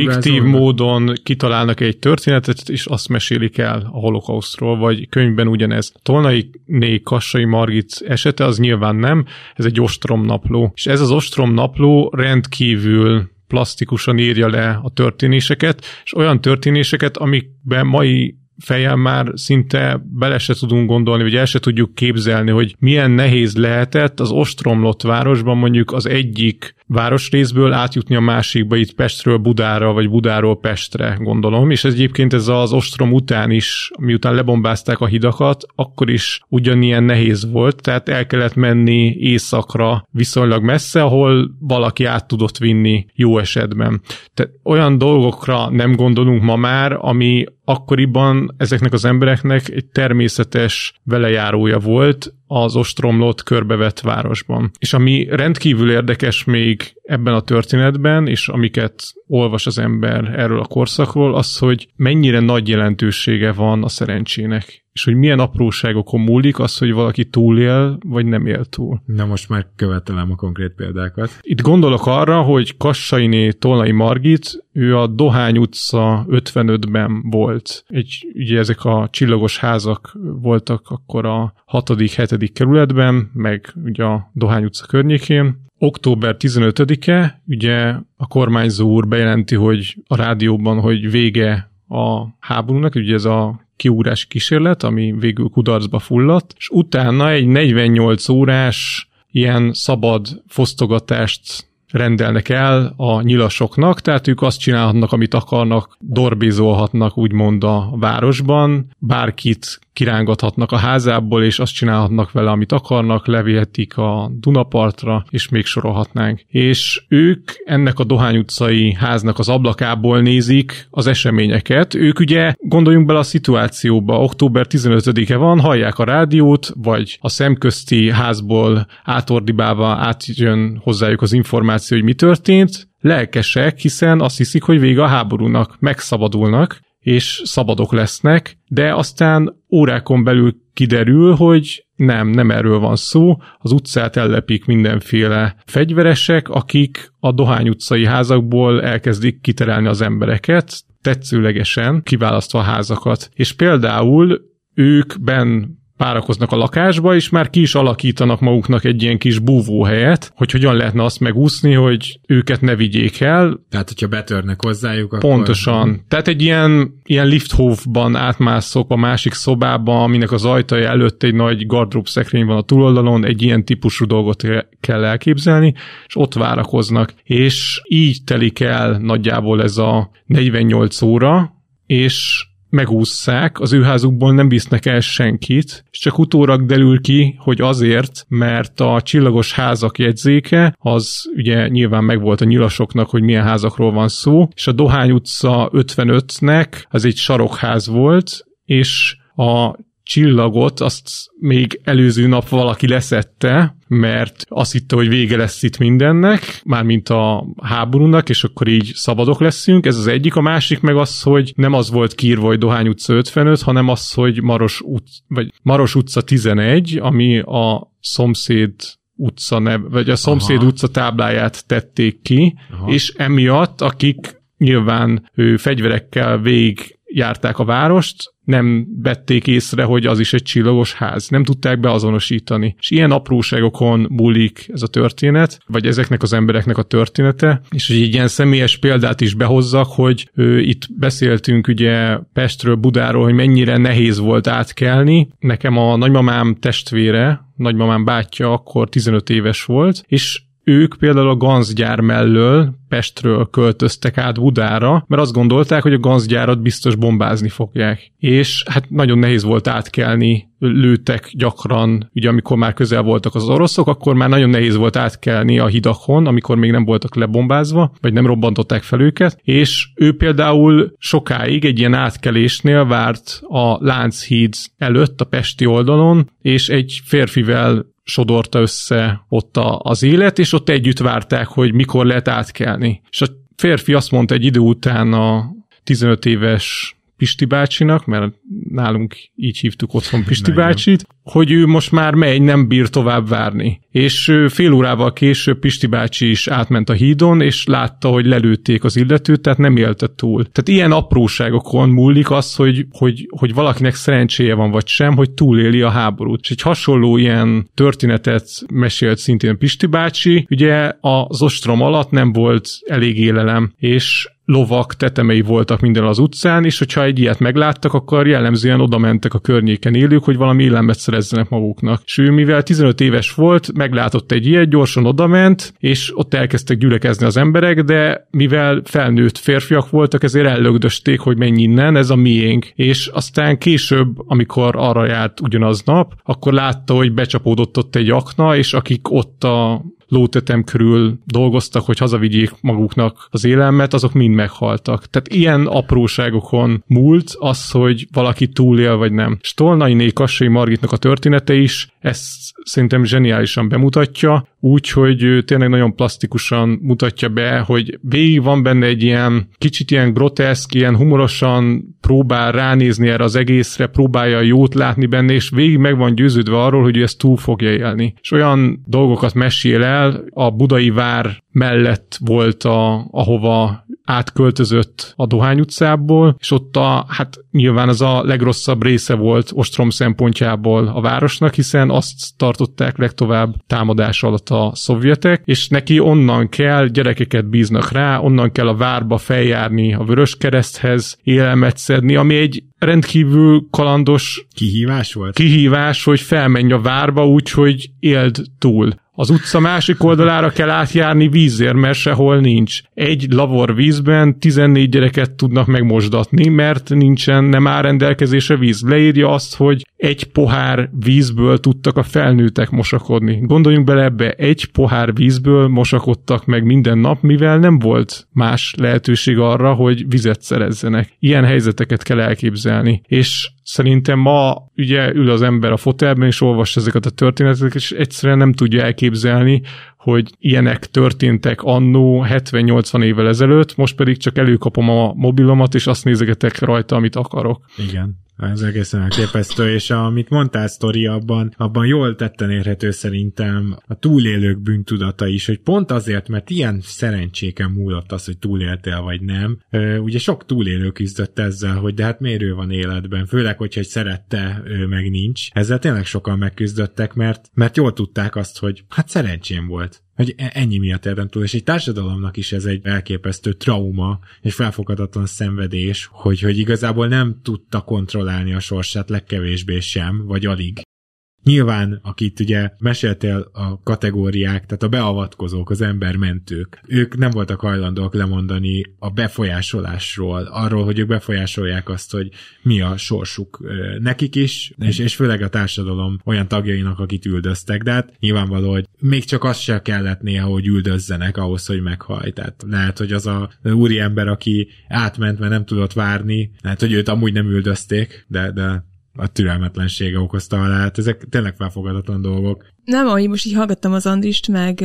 módon kitalálnak egy történetet, és azt mesélik el a holokausztról, vagy könyvben ugyanez. Tolnai Kassai Margit esete az nyilván nem, ez egy ostromnapló. És ez az ostromnapló rendkívül plastikusan írja le a történéseket, és olyan történéseket, amikben mai fejjel már szinte bele se tudunk gondolni, vagy el se tudjuk képzelni, hogy milyen nehéz lehetett az ostromlott városban mondjuk az egyik városrészből átjutni a másikba, itt Pestről Budára, vagy Budáról Pestre, gondolom, és egyébként ez az ostrom után is, miután lebombázták a hidakat, akkor is ugyanilyen nehéz volt, tehát el kellett menni északra viszonylag messze, ahol valaki át tudott vinni jó esetben. Tehát olyan dolgokra nem gondolunk ma már, ami akkoriban ezeknek az embereknek egy természetes velejárója volt az ostromlott, körbevett városban. És ami rendkívül érdekes még ebben a történetben, és amiket olvas az ember erről a korszakról, az, hogy mennyire nagy jelentősége van a szerencsének. És hogy milyen apróságokon múlik az, hogy valaki túlél, vagy nem él túl. Na most már követelem a konkrét példákat. Itt gondolok arra, hogy Kassainé Tolnai Margit, ő a Dohány utca 55-ben volt. Ugye ezek a csillagos házak voltak akkor a 6.-7. kerületben, meg ugye a Dohány utca környékén. Október 15-e, ugye a kormányzó úr bejelenti, hogy a rádióban, hogy vége a háborúnak, ugye ez a kiugrási kísérlet, ami végül kudarcba fulladt, és utána egy 48 órás ilyen szabad fosztogatást rendelnek el a nyilasoknak, tehát ők azt csinálhatnak, amit akarnak, dorbézolhatnak úgymond a városban, bárkit kirángathatnak a házából, és azt csinálhatnak vele, amit akarnak, levihetik a Dunapartra, és még sorolhatnánk. És ők ennek a Dohány utcai háznak az ablakából nézik az eseményeket. Ők ugye, gondoljunk bele a szituációba, október 15-e van, hallják a rádiót, vagy a szemközti házból átordibálva átjön hozzájuk az információ, hogy mi történt, lelkesek, hiszen azt hiszik, hogy vége a háborúnak, megszabadulnak, és szabadok lesznek, de aztán órákon belül kiderül, hogy nem erről van szó, az utcát ellepik mindenféle fegyveresek, akik a Dohány utcai házakból elkezdik kiterelni az embereket, tetszőlegesen kiválasztva a házakat. És például ők párakoznak a lakásba, és már ki is alakítanak maguknak egy ilyen kis búvóhelyet, hogy hogyan lehetne azt megúszni, hogy őket ne vigyék el. Tehát, hogyha betörnek hozzájuk, akkor... Pontosan. Tehát egy ilyen lifthofban átmászok a másik szobába, aminek az ajtaja előtt egy nagy gardrób szekrény van a túloldalon, egy ilyen típusú dolgot kell elképzelni, és ott várakoznak. És így telik el nagyjából ez a 48 óra, és megússzák, az ő házukból nem visznek el senkit, és csak utólag derül ki, hogy azért, mert a csillagos házak jegyzéke, az ugye nyilván megvolt a nyilasoknak, hogy milyen házakról van szó, és a Dohány utca 55-nek az egy sarokház volt, és a csillagot azt még előző nap valaki leszedte, mert azt hitte, hogy vége lesz itt mindennek, mármint a háborúnak, és akkor így szabadok leszünk. Ez az egyik. A másik meg az, hogy nem az volt kiírva, hogy Dohány utca 55, hanem az, hogy Maros utca 11, ami a szomszéd utca vagy a szomszéd utca tábláját tették ki, és emiatt, akik nyilván fegyverekkel végigjárták a várost, nem vették észre, hogy az is egy csillagos ház. Nem tudták beazonosítani. És ilyen apróságokon múlik ez a történet, vagy ezeknek az embereknek a története. És hogy egy ilyen személyes példát is behozzak, hogy itt beszéltünk ugye Pestről, Budáról, hogy mennyire nehéz volt átkelni. Nekem a nagymamám testvére, nagymamám bátyja akkor 15 éves volt, és ők például a Ganzgyár mellől Pestről költöztek át Budára, mert azt gondolták, hogy a Ganzgyárat biztos bombázni fogják. És hát nagyon nehéz volt átkelni, lőttek gyakran, ugye amikor már közel voltak az oroszok, akkor már nagyon nehéz volt átkelni a hidakon, amikor még nem voltak lebombázva, vagy nem robbantották fel őket, és ő például sokáig egy ilyen átkelésnél várt a Lánchíd előtt, a pesti oldalon, és egy férfivel sodorta össze ott az élet, és ott együtt várták, hogy mikor lehet átkelni. És a férfi azt mondta egy idő után a 15 éves Pisti bácsinak, mert nálunk így hívtuk otthon Pisti bácsit, hogy ő most már megy, nem bír tovább várni. És fél órával később Pisti bácsi is átment a hídon, és látta, hogy lelőtték az illetőt, tehát nem élte túl. Tehát ilyen apróságokon múlik az, hogy valakinek szerencséje van vagy sem, hogy túléli a háborút. És egy hasonló ilyen történetet mesélt szintén Pisti bácsi, ugye az ostrom alatt nem volt elég élelem, és lovak, tetemei voltak minden az utcán, és hogyha egy ilyet megláttak, akkor jellemzően oda mentek a környéken élők, hogy valami élelmet szerezzenek maguknak. És ő, mivel 15 éves volt, meglátott egy ilyet, gyorsan odament, és ott elkezdtek gyülekezni az emberek, de mivel felnőtt férfiak voltak, ezért ellögdösték, hogy menj innen, ez a miénk. És aztán később, amikor arra járt ugyanaz nap, akkor látta, hogy becsapódott ott egy akna, és akik ott a lótetem körül dolgoztak, hogy hazavigyék maguknak az élelmet, azok mind meghaltak. Tehát ilyen apróságokon múlt az, hogy valaki túlél vagy nem. És Tolnainé Kassai Margitnak a története is ezt szerintem zseniálisan bemutatja, úgyhogy tényleg nagyon plastikusan mutatja be, hogy végig van benne egy ilyen kicsit ilyen groteszk, ilyen humorosan próbál ránézni erre az egészre, próbálja jót látni benne, és végig meg van győződve arról, hogy ő ezt túl fogja élni. És olyan dolgokat mesél el, a budai vár mellett volt ahova átköltözött a Dohány utcából, és ott hát nyilván az a legrosszabb része volt ostrom szempontjából a városnak, hiszen azt tartották legtovább támadás alatt a szovjetek, és neki onnan kell, gyerekeket bíznak rá, onnan kell a várba feljárni a Vöröskereszthez, élelmet szedni, ami egy rendkívül kalandos kihívás, hogy felmenj a várba úgy, hogy éld túl. Az utca másik oldalára kell átjárni vízért, mert sehol nincs. Egy lavor vízben 14 gyereket tudnak megmosdatni, mert nem áll rendelkezésre víz. Leírja azt, hogy egy pohár vízből tudtak a felnőttek mosakodni. Gondoljunk bele ebbe, egy pohár vízből mosakodtak meg minden nap, mivel nem volt más lehetőség arra, hogy vizet szerezzenek. Ilyen helyzeteket kell elképzelni. És szerintem ma ugye ül az ember a fotelben, és olvassa ezeket a történeteket, és egyszerűen nem tudja elképzelni, hogy ilyenek történtek annó 70-80 évvel ezelőtt, most pedig csak előkapom a mobilomat, és azt nézegetek rajta, amit akarok. Igen. Ez egészen elképesztő, és amit mondtál, Sztori, abban jól tetten érhető szerintem a túlélők bűntudata is, hogy pont azért, mert ilyen szerencséken múlott az, hogy túléltél vagy nem. Ugye sok túlélő küzdött ezzel, hogy de hát miért ő van életben, főleg, hogyha szerette, ő meg nincs. Ezzel tényleg sokan megküzdöttek, mert jól tudták azt, hogy hát szerencsém volt, hogy ennyi miatt értem túl, és egy társadalomnak is ez egy elképesztő trauma, és felfoghatatlan szenvedés, hogy igazából nem tudta kontrollálni a sorsát, legkevésbé sem, vagy alig. Nyilván, akit ugye meséltél a kategóriák, tehát a beavatkozók, az embermentők, ők nem voltak hajlandóak lemondani a befolyásolásról, arról, hogy ők befolyásolják azt, hogy mi a sorsuk nekik is, és főleg a társadalom olyan tagjainak, akit üldöztek, de hát nyilvánvaló, hogy még csak az se kellett néha, hogy üldözzenek ahhoz, hogy meghallj. Tehát lehet, hogy az a úriember, aki átment, mert nem tudott várni, lehet, hogy őt amúgy nem üldözték, de a türelmetlensége okozta alá. Hát ezek tényleg felfogadatlan dolgok. Nem, ahogy most így hallgattam az Andrist, meg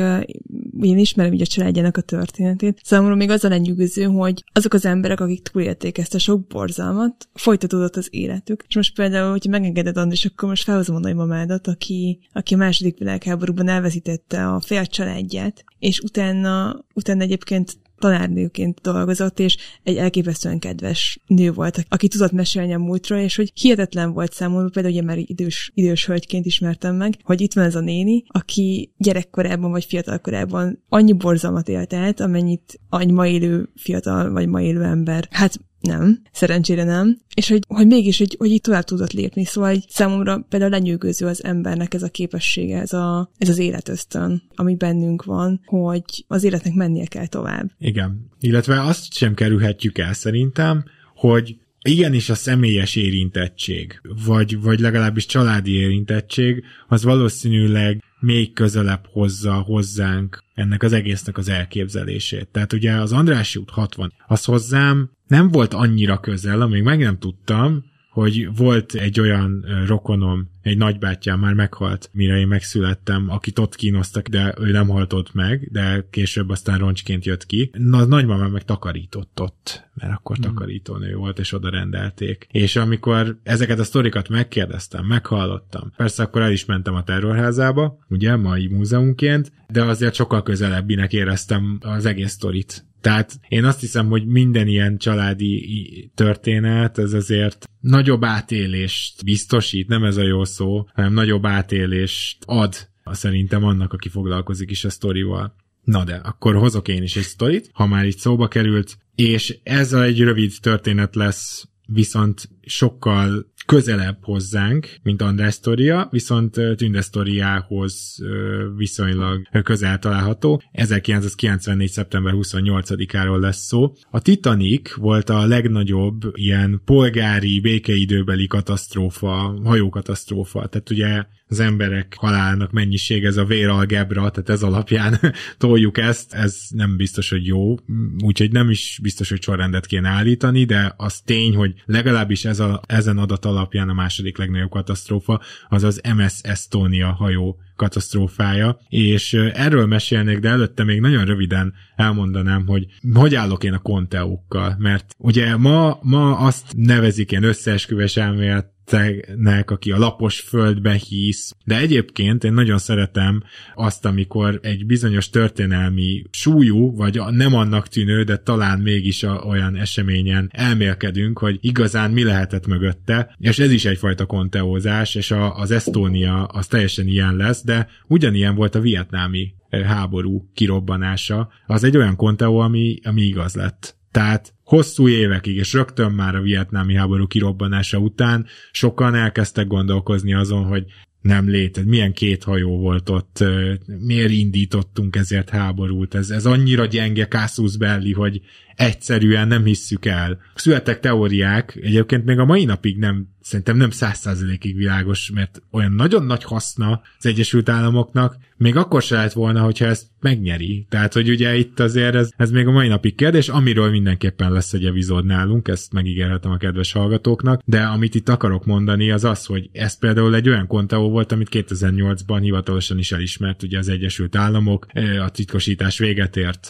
én ismerem így a családjának a történetét. Számomra még az a lenyűgöző, hogy azok az emberek, akik túlélték ezt a sok borzalmat, folytatódott az életük. És most például, hogyha megengeded, Andris, akkor most felhozom a nagymamádat, aki a második világháborúban elveszítette a fél családját, és utána időként tanárnőként dolgozott, és egy elképesztően kedves nő volt, aki tudott mesélni a múltról, és hogy hihetetlen volt számomra, például ugye már idős hölgyként ismertem meg, hogy itt van ez a néni, aki gyerekkorában vagy fiatalkorában annyi borzalmat élt át, amennyit egy ma élő fiatal vagy ma élő ember. Hát nem, szerencsére nem. És hogy mégis, hogy így tovább tudott lépni. Szóval így számomra például lenyűgöző az embernek ez a képessége, ez az életösztön, ami bennünk van, hogy az életnek mennie kell tovább. Igen. Illetve azt sem kerülhetjük el szerintem, hogy igenis a személyes érintettség, vagy legalábbis családi érintettség, az valószínűleg még közelebb hozza hozzánk ennek az egésznek az elképzelését. Tehát ugye az Andrássy út 60, az hozzám nem volt annyira közel, amíg meg nem tudtam, hogy volt egy olyan rokonom, egy nagybátyám már meghalt, mire én megszülettem, akit ott kínoztak, de ő nem halt ott meg, de később aztán roncsként jött ki. Na, az nagymamám meg takarított ott, mert akkor takarítónő volt, és oda rendelték. És amikor ezeket a sztorikat megkérdeztem, meghallottam, persze akkor el is mentem a terrorházába, ugye, mai múzeumként, de azért sokkal közelebbinek éreztem az egész sztorit. Tehát én azt hiszem, hogy minden ilyen családi történet, ez azért nagyobb átélést biztosít, nem ez a jó szó, hanem nagyobb átélést ad szerintem annak, aki foglalkozik is a sztorival. Na de, akkor hozok én is egy sztorit, ha már itt szóba került, és ez egy rövid történet lesz, viszont sokkal közelebb hozzánk, mint András sztoria, viszont Tünde sztoriához viszonylag közel található. 1994. szeptember 28-áról lesz szó. A Titanic volt a legnagyobb ilyen polgári, békeidőbeli katasztrófa, hajókatasztrófa. Tehát ugye az emberek halálának mennyisége, ez a véralgebra, tehát ez alapján toljuk ezt, ez nem biztos, hogy jó, úgyhogy nem is biztos, hogy sorrendet kéne állítani, de az tény, hogy legalábbis ezen adat alapján a második legnagyobb katasztrófa, az az MS Estonia hajó katasztrófája, és erről mesélnék, de előtte még nagyon röviden elmondanám, hogy állok én a konteókkal, mert ugye ma azt nevezik ilyen összeesküvés elmélet Goethenek, aki a lapos földbe hisz, de egyébként én nagyon szeretem azt, amikor egy bizonyos történelmi súlyú, vagy nem annak tűnő, de talán mégis olyan eseményen elmélkedünk, hogy igazán mi lehetett mögötte, és ez is egyfajta konteózás, és az Estonia az teljesen ilyen lesz, de ugyanilyen volt a vietnámi háború kirobbanása. Az egy olyan konteó, ami igaz lett. Tehát hosszú évekig, és rögtön már a vietnámi háború kirobbanása után sokan elkezdtek gondolkozni azon, hogy nem létezik, milyen két hajó volt ott, miért indítottunk ezért háborút, ez annyira gyenge casus belli, hogy egyszerűen nem hisszük el. Születtek teóriák, egyébként még a mai napig szerintem nem 100%-ig világos, mert olyan nagyon nagy haszna az Egyesült Államoknak, még akkor se lehet volna, hogyha ezt megnyeri. Tehát, hogy ugye itt azért ez még a mai napig kérdés, amiről mindenképpen lesz egy epizód nálunk, ezt megígérhetem a kedves hallgatóknak, de amit itt akarok mondani, az az, hogy ez például egy olyan konteó volt, amit 2008-ban hivatalosan is elismert ugye az Egyesült Államok, a titkosítás véget ért,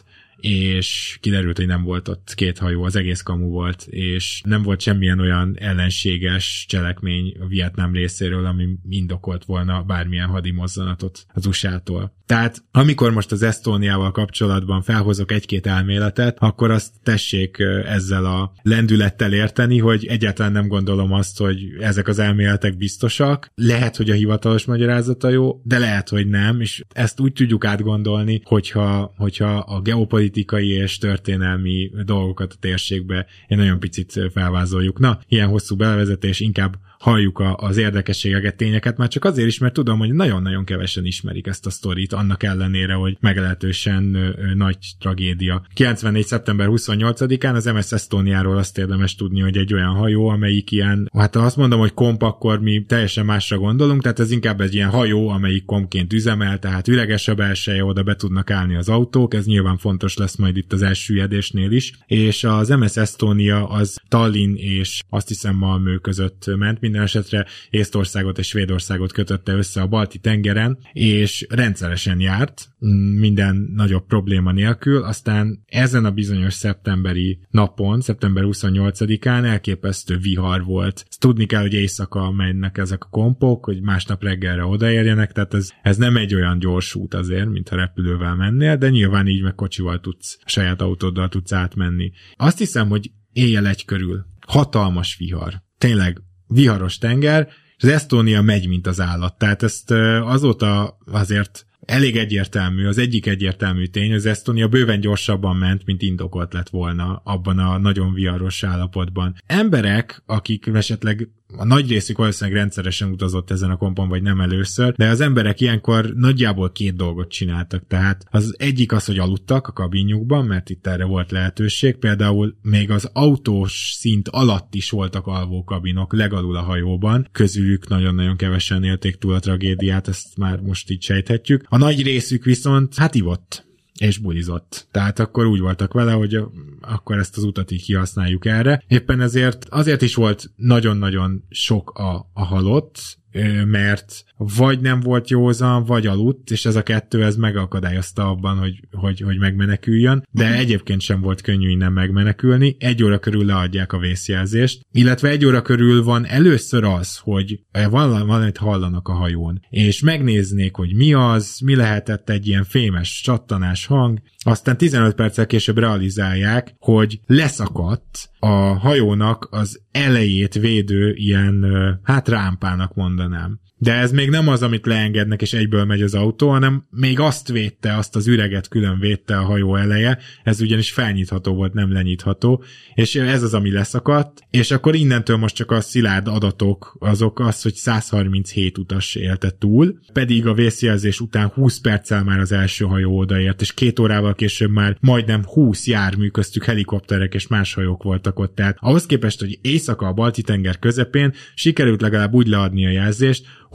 és kiderült, hogy nem volt ott két hajó, az egész kamu volt, és nem volt semmilyen olyan ellenséges cselekmény a Vietnám részéről, ami indokolt volna bármilyen hadimozzanatot az USA-tól. Tehát amikor most az Estoniával kapcsolatban felhozok egy-két elméletet, akkor azt tessék ezzel a lendülettel érteni, hogy egyáltalán nem gondolom azt, hogy ezek az elméletek biztosak. Lehet, hogy a hivatalos magyarázata jó, de lehet, hogy nem, és ezt úgy tudjuk átgondolni, hogyha a geopolitikai és történelmi dolgokat a térségbe egy nagyon picit felvázoljuk. Na, ilyen hosszú belevezetés, inkább halljuk az érdekességeket, tényeket, már csak azért is, mert tudom, hogy nagyon-nagyon kevesen ismerik ezt a sztorit, annak ellenére, hogy meglehetősen nagy tragédia. 94. szeptember 28-án az MS Estoniáról azt érdemes tudni, hogy egy olyan hajó, amelyik ilyen, hát ha azt mondom, hogy komp, akkor mi teljesen másra gondolunk, tehát ez inkább egy ilyen hajó, amelyik kompként üzemel, tehát üreges a belseje, oda be tudnak állni az autók, ez nyilván fontos lesz majd itt az elsüllyedésnél is, és az MS Estonia az Tallinn és azt hiszem Malmö között ment, minden esetre Észtországot és Svédországot kötötte össze a Balti-tengeren, és rendszeresen járt, minden nagyobb probléma nélkül, aztán ezen a bizonyos szeptemberi napon, szeptember 28-án elképesztő vihar volt. Ezt tudni kell, hogy éjszaka mennek ezek a kompok, hogy másnap reggelre odaérjenek, tehát ez nem egy olyan gyors út azért, mintha repülővel mennél, de nyilván így meg kocsival tudsz, a saját autóddal tudsz átmenni. Azt hiszem, hogy éjjel egy körül. Hatalmas vihar. Tényleg viharos tenger, és az Estonia megy, mint az állat. Tehát ezt azóta azért elég egyértelmű, az egyik egyértelmű tény, az Estonia bőven gyorsabban ment, mint indokolt lett volna abban a nagyon viharos állapotban. Emberek, akik esetleg a nagy részük valószínűleg rendszeresen utazott ezen a kompon, vagy nem először, de az emberek ilyenkor nagyjából két dolgot csináltak. Tehát az egyik az, hogy aludtak a kabinjukban, mert itt erre volt lehetőség. Például még az autós szint alatt is voltak alvókabinok legalul a hajóban. Közülük nagyon-nagyon kevesen élték túl a tragédiát, ezt már most így sejthetjük. A nagy részük viszont hát ivott és bulizott. Tehát akkor úgy voltak vele, hogy akkor ezt az utat így kihasználjuk erre. Éppen ezért azért is volt nagyon-nagyon sok a halott, mert vagy nem volt józan, vagy aludt, és ez a kettő ez megakadályozta abban, hogy megmeneküljön, de egyébként sem volt könnyű innen megmenekülni. 1 óra körül leadják a vészjelzést, illetve 1 óra körül van először az, hogy valamit hallanak a hajón, és megnéznék, hogy mi lehetett egy ilyen fémes csattanás hang, aztán 15 perccel később realizálják, hogy leszakadt a hajónak az elejét védő ilyen, rámpának mondanám. De ez még nem az, amit leengednek, és egyből megy az autó, hanem még azt védte, azt az üreget külön védte a hajó eleje, ez ugyanis felnyitható volt, nem lenyitható, és ez az, ami leszakadt, és akkor innentől most csak a szilárd adatok azok az, hogy 137 utas élte túl, pedig a vészjelzés után 20 perccel már az első hajó odaért, és 2 órával később már majdnem 20 jármű, köztük helikopterek és más hajók voltak ott. Tehát ahhoz képest, hogy éjszaka a Balti-tenger közepén sikerült legalább úgy leadni a jelzést, hogy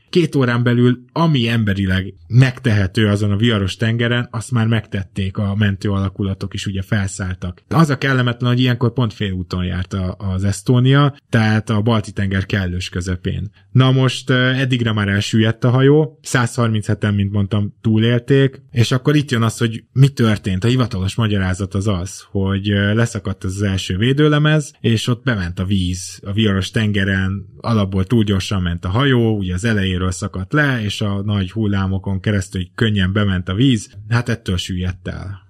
2 órán belül, ami emberileg megtehető azon a viharos tengeren, azt már megtették a mentő alakulatok is, ugye felszálltak. Az a kellemetlen, hogy ilyenkor pont félúton járt az Estonia, tehát a Balti-tenger kellős közepén. Na most eddigre már elsüllyedt a hajó, 137-en, mint mondtam, túlélték, és akkor itt jön az, hogy mi történt. A hivatalos magyarázat az, hogy leszakadt az első védőlemez, és ott bement a víz. A viharos tengeren alapból túl gyorsan ment a hajó, ugye az elejéről szakadt le, és a nagy hullámokon keresztül könnyen bement a víz, hát ettől süllyedt el.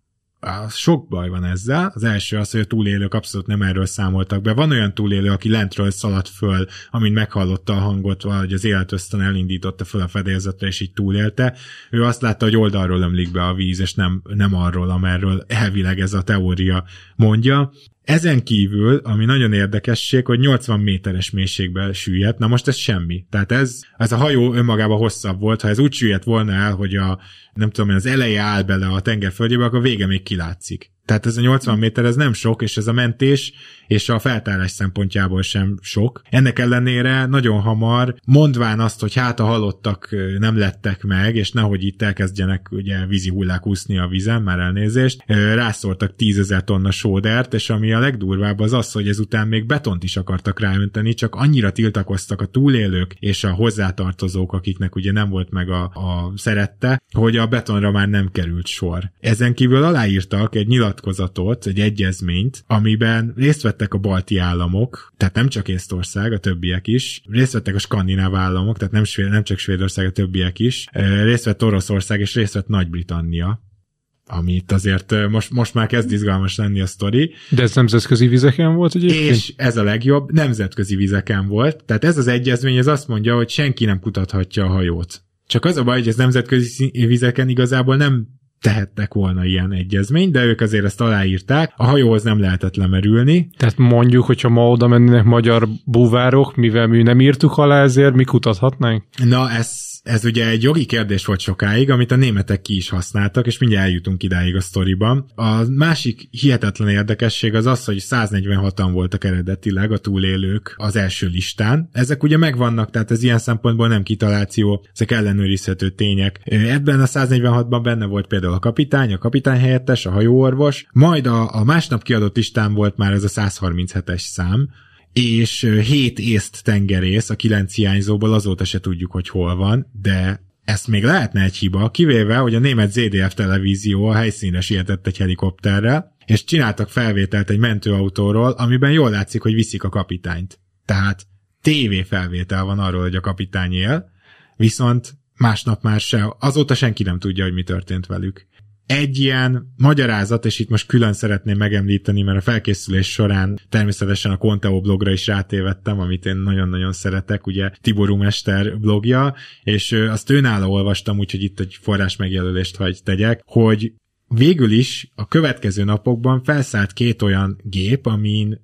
Sok baj van ezzel. Az első az, hogy a túlélők abszolút nem erről számoltak be. Van olyan túlélő, aki lentről szaladt föl, amint meghallotta a hangot, vagy az életösztön elindította föl a fedélzetre, és így túlélte. Ő azt látta, hogy oldalról ömlik be a víz, és nem arról, amerről elvileg ez a teória mondja. Ezen kívül, ami nagyon érdekesség, hogy 80 méteres mélységben süllyedt, na most ez semmi. Tehát ez a hajó önmagában hosszabb volt, ha ez úgy süllyedt volna el, hogy nem tudom én, az eleje áll bele a tenger földjébe, akkor vége még kilátszik. Tehát ez a 80 méter, ez nem sok, és ez a mentés és a feltárás szempontjából sem sok. Ennek ellenére nagyon hamar, mondván azt, hogy hát a halottak nem lettek meg, és nehogy itt elkezdjenek ugye vízi hullák úszni a vízen, már elnézést, rászórtak 10 000 tonna sódert, és ami a legdurvább az, hogy ezután még betont is akartak ráönteni, csak annyira tiltakoztak a túlélők és a hozzátartozók, akiknek ugye nem volt meg a szerette, hogy a betonra már nem került sor. Ezen kívül aláírtak egy nyilatkozatot, egy egyezményt, amiben részt vettek a balti államok, tehát nem csak Észtország, a többiek is, részt vettek a skandináv államok, tehát nem csak Svédország, a többiek is, részt vett Oroszország, és részt vett Nagy-Britannia, amit azért most már kezd izgalmas lenni a sztori. De ez nemzetközi vizeken volt egyébként? És ez a legjobb, nemzetközi vizeken volt. Tehát ez az egyezmény, ez azt mondja, hogy senki nem kutathatja a hajót. Csak az a baj, hogy ez nemzetközi vizeken igazából nem tehettek volna ilyen egyezményt, de ők azért ezt aláírták, a hajóhoz nem lehetett lemerülni. Tehát mondjuk, hogyha ma oda mennének magyar búvárok, mivel mi nem írtuk alá, ezért mi kutathatnánk? Na, ez ugye egy jogi kérdés volt sokáig, amit a németek ki is használtak, és mindjárt eljutunk idáig a sztoriban. A másik hihetetlen érdekesség az, hogy 146-an voltak eredetileg a túlélők az első listán. Ezek ugye megvannak, tehát ez ilyen szempontból nem kitaláció, ezek ellenőrizhető tények. Ebben a 146-ban benne volt például a kapitány helyettes, a hajóorvos, majd a másnap kiadott listán volt már ez a 137-es szám, és 7 észt tengerész a 9 hiányzóból, azóta se tudjuk, hogy hol van, de ezt még lehetne egy hiba, kivéve, hogy a német ZDF televízió a helyszínre sietett egy helikopterrel, és csináltak felvételt egy mentőautóról, amiben jól látszik, hogy viszik a kapitányt. Tehát tévéfelvétel van arról, hogy a kapitány él, viszont másnap már se, azóta senki nem tudja, hogy mi történt velük. Egy ilyen magyarázat, és itt most külön szeretném megemlíteni, mert a felkészülés során természetesen a Conteo blogra is rátévettem, amit én nagyon-nagyon szeretek, ugye Tiború mester blogja, és azt őnála olvastam, úgyhogy itt egy forrás megjelölést hagy tegyek, hogy végül is a következő napokban felszállt 2 olyan gép, amin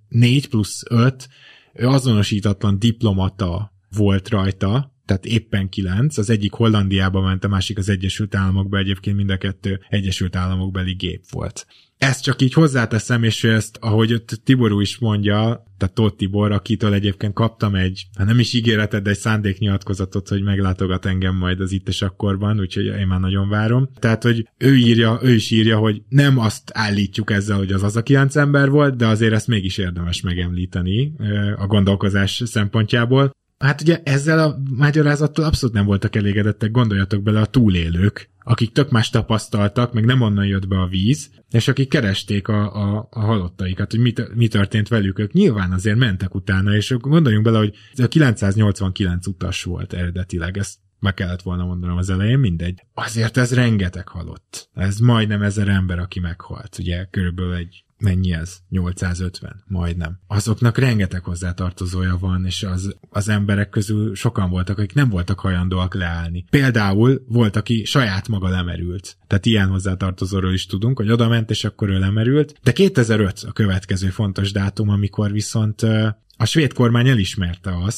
4+5 azonosítatlan diplomata volt rajta, tehát éppen 9, az egyik Hollandiába ment, a másik az Egyesült Államokba, egyébként mind a 2 Egyesült Államokbeli gép volt. Ezt csak így hozzáteszem, és ezt, ahogy Tiború is mondja, tehát Tóth Tibor, akitől egyébként kaptam nem is ígéretet, de egy szándéknyilatkozatot, hogy meglátogat engem majd az Itt és Akkorban, úgyhogy én már nagyon várom. Tehát, hogy ő is írja, hogy nem azt állítjuk ezzel, hogy az a 9 ember volt, de azért ezt mégis érdemes megemlíteni a gondolkozás szempontjából. Hát ugye ezzel a magyarázattal abszolút nem voltak elégedettek, gondoljatok bele a túlélők, akik tök más tapasztaltak, meg nem onnan jött be a víz, és akik keresték a halottaikat, hogy mi történt velük, ők nyilván azért mentek utána, és gondoljunk bele, hogy ez a 989 utas volt eredetileg, ezt meg kellett volna mondanom az elején, mindegy. Azért ez rengeteg halott. Ez majdnem 1000 ember, aki meghalt. Ugye körülbelül mennyi ez? 850? Majdnem. Azoknak rengeteg hozzátartozója van, és az emberek közül sokan voltak, akik nem voltak hajlandóak leállni. Például volt, aki saját maga lemerült. Tehát ilyen hozzátartozóról is tudunk, hogy odament, és akkor ő lemerült. De 2005 a következő fontos dátum, amikor viszont a svéd kormány elismerte azt,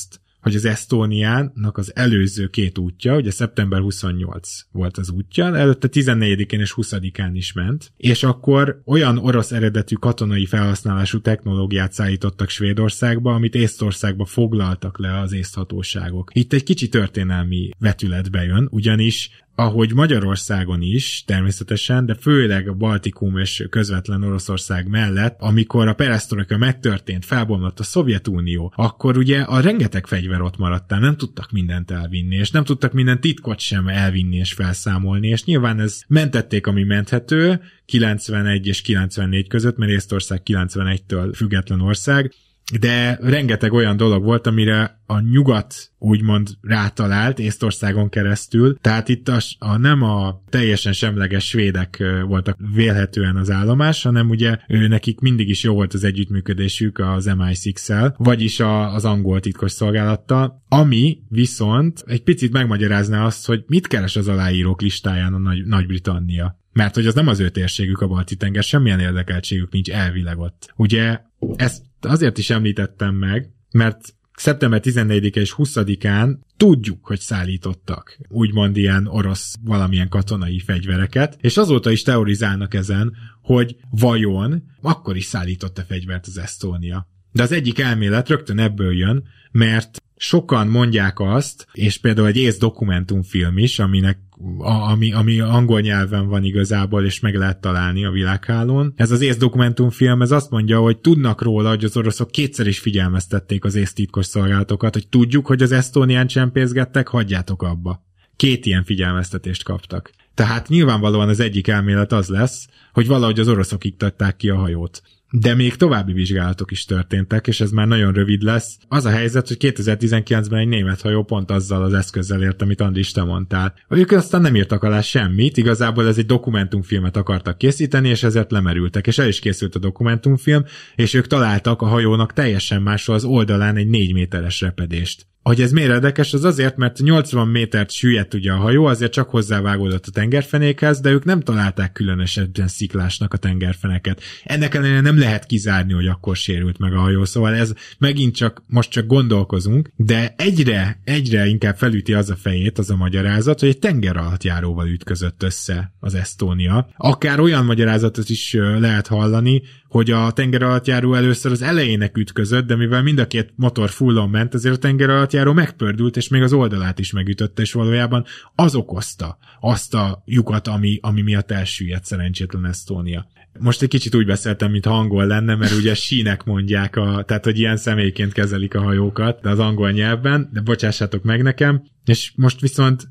hogy az Estoniának az előző 2 útja, ugye szeptember 28 volt az útja, előtte 14-én és 20-án is ment, és akkor olyan orosz eredetű katonai felhasználású technológiát szállítottak Svédországba, amit Észtországba foglaltak le az észthatóságok. Itt egy kicsi történelmi vetületbe jön, ugyanis ahogy Magyarországon is természetesen, de főleg a Baltikum és közvetlen Oroszország mellett, amikor a peresztrojka megtörtént, felbomlott a Szovjetunió, akkor ugye a rengeteg fegyver ott maradtál, nem tudtak mindent elvinni, és nem tudtak minden titkot sem elvinni és felszámolni, és nyilván ez mentették, ami menthető, 91 és 94 között, mert Észtország 91-től független ország, de rengeteg olyan dolog volt, amire a nyugat úgymond rátalált Észtországon keresztül, tehát itt nem a teljesen semleges svédek voltak vélhetően az állomás, hanem ugye nekik mindig is jó volt az együttműködésük az MI6-szel, vagyis az angol titkosszolgálattal, ami viszont egy picit megmagyarázná azt, hogy mit keres az aláírók listáján a Nagy-Britannia. Mert hogy az nem az ő térségük a Balti-tenger, semmilyen érdekeltségük nincs elvileg ott. Ugye ezt azért is említettem meg, mert szeptember 14-e és 20-án tudjuk, hogy szállítottak úgymond ilyen orosz valamilyen katonai fegyvereket, és azóta is teorizálnak ezen, hogy vajon akkor is szállított-e fegyvert az Estonia. De az egyik elmélet rögtön ebből jön, mert sokan mondják azt, és például egy ész dokumentumfilm is, ami angol nyelven van igazából, és meg lehet találni a világhálón. Ez az ész dokumentumfilm, ez azt mondja, hogy tudnak róla, hogy az oroszok 2-szer is figyelmeztették az ész titkos szolgálatokat, hogy tudjuk, hogy az Estonián csempészgettek, hagyjátok abba. 2 ilyen figyelmeztetést kaptak. Tehát nyilvánvalóan az egyik elmélet az lesz, hogy valahogy az oroszok iktatták ki a hajót. De még további vizsgálatok is történtek, és ez már nagyon rövid lesz. Az a helyzet, hogy 2019-ben egy német hajó pont azzal az eszközzel ért, amit Andris, te mondtál. Ők aztán nem írtak alá semmit, igazából ez egy dokumentumfilmet akartak készíteni, és ezért lemerültek, és el is készült a dokumentumfilm, és ők találtak a hajónak teljesen máshol az oldalán egy 4 méteres repedést. Hogy ez miért érdekes, az azért, mert 80 métert süllyedt ugye a hajó, azért csak hozzávágódott a tengerfenékhez, de ők nem találták különösebben sziklásnak a tengerfeneket. Ennek ellenére nem lehet kizárni, hogy akkor sérült meg a hajó, szóval ez megint most csak gondolkozunk, de egyre inkább felüti az a fejét, az a magyarázat, hogy egy tengeralattjáróval ütközött össze az Estonia. Akár olyan magyarázatot is lehet hallani, hogy a tengeralattjáró először az elejének ütközött, de mivel mind a 2 motor fullon ment, azért a tengeralattjáró megpördült, és még az oldalát is megütötte, és valójában az okozta azt a lyukat, ami miatt elsüllyedt szerencsétlen Estonia. Most egy kicsit úgy beszéltem, mintha angol lenne, mert ugye sínek mondják, tehát hogy ilyen személyként kezelik a hajókat, de az angol nyelvben, de bocsássátok meg nekem, és most viszont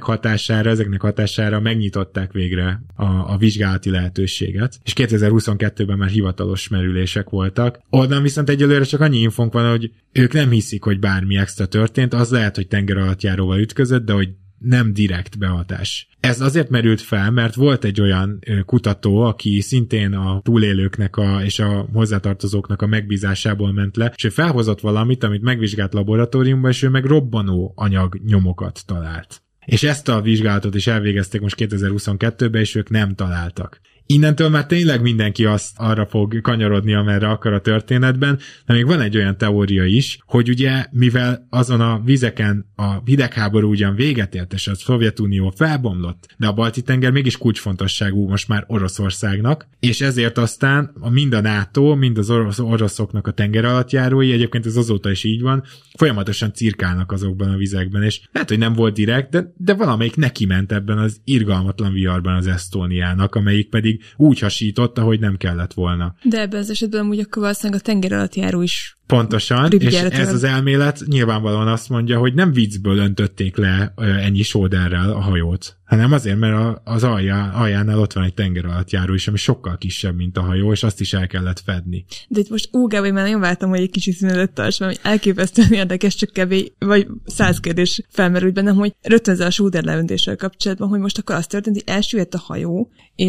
ezeknek hatására megnyitották végre a vizsgálati lehetőséget, és 2022-ben már hivatalos merülések voltak. Onnan viszont egyelőre csak annyi infónk van, hogy ők nem hiszik, hogy bármi extra történt, az lehet, hogy tengeralattjáróval ütközött, de hogy nem direkt behatás. Ez azért merült fel, mert volt egy olyan kutató, aki szintén a túlélőknek és a hozzátartozóknak a megbízásából ment le, és ő felhozott valamit, amit megvizsgált laboratóriumban, és ő meg robbanó anyag nyomokat talált. És ezt a vizsgálatot is elvégezték most 2022-ben, és ők nem találtak. Innentől már tényleg mindenki arra fog kanyarodni, amerre akar a történetben, de még van egy olyan teória is, hogy ugye, mivel azon a vizeken a hidegháború ugyan véget ért, és a Szovjetunió felbomlott, de a Balti-tenger mégis kulcsfontosságú most már Oroszországnak, és ezért aztán mind a NATO, mind az oroszoknak a tengeralattjárói, egyébként ez azóta is így van, folyamatosan cirkálnak azokban a vizekben, és lehet, hogy nem volt direkt, de valamelyik neki ment ebben az irgalmatlan viharban az Estoniának, amelyik pedig úgy hasított, ahogy nem kellett volna. De ebben az esetben amúgy akkor valószínűleg a tengeralattjáró is pontosan, és ez az elmélet nyilvánvalóan azt mondja, hogy nem viccből öntötték le ennyi sóderrel a hajót, hanem azért, mert az aljánál ott van egy tengeralattjáró is, ami sokkal kisebb, mint a hajó, és azt is el kellett fedni. De itt most Gábor, már nagyon vártam, hogy egy kicsit szünetet tarts, mert elképesztően érdekes, csak kevés, vagy 100 kérdés felmerült bennem, hogy rögtön ezzel a sóder leöntéssel kapcsolatban, hogy most akkor az történt, hogy elsüllyedt a hajó, és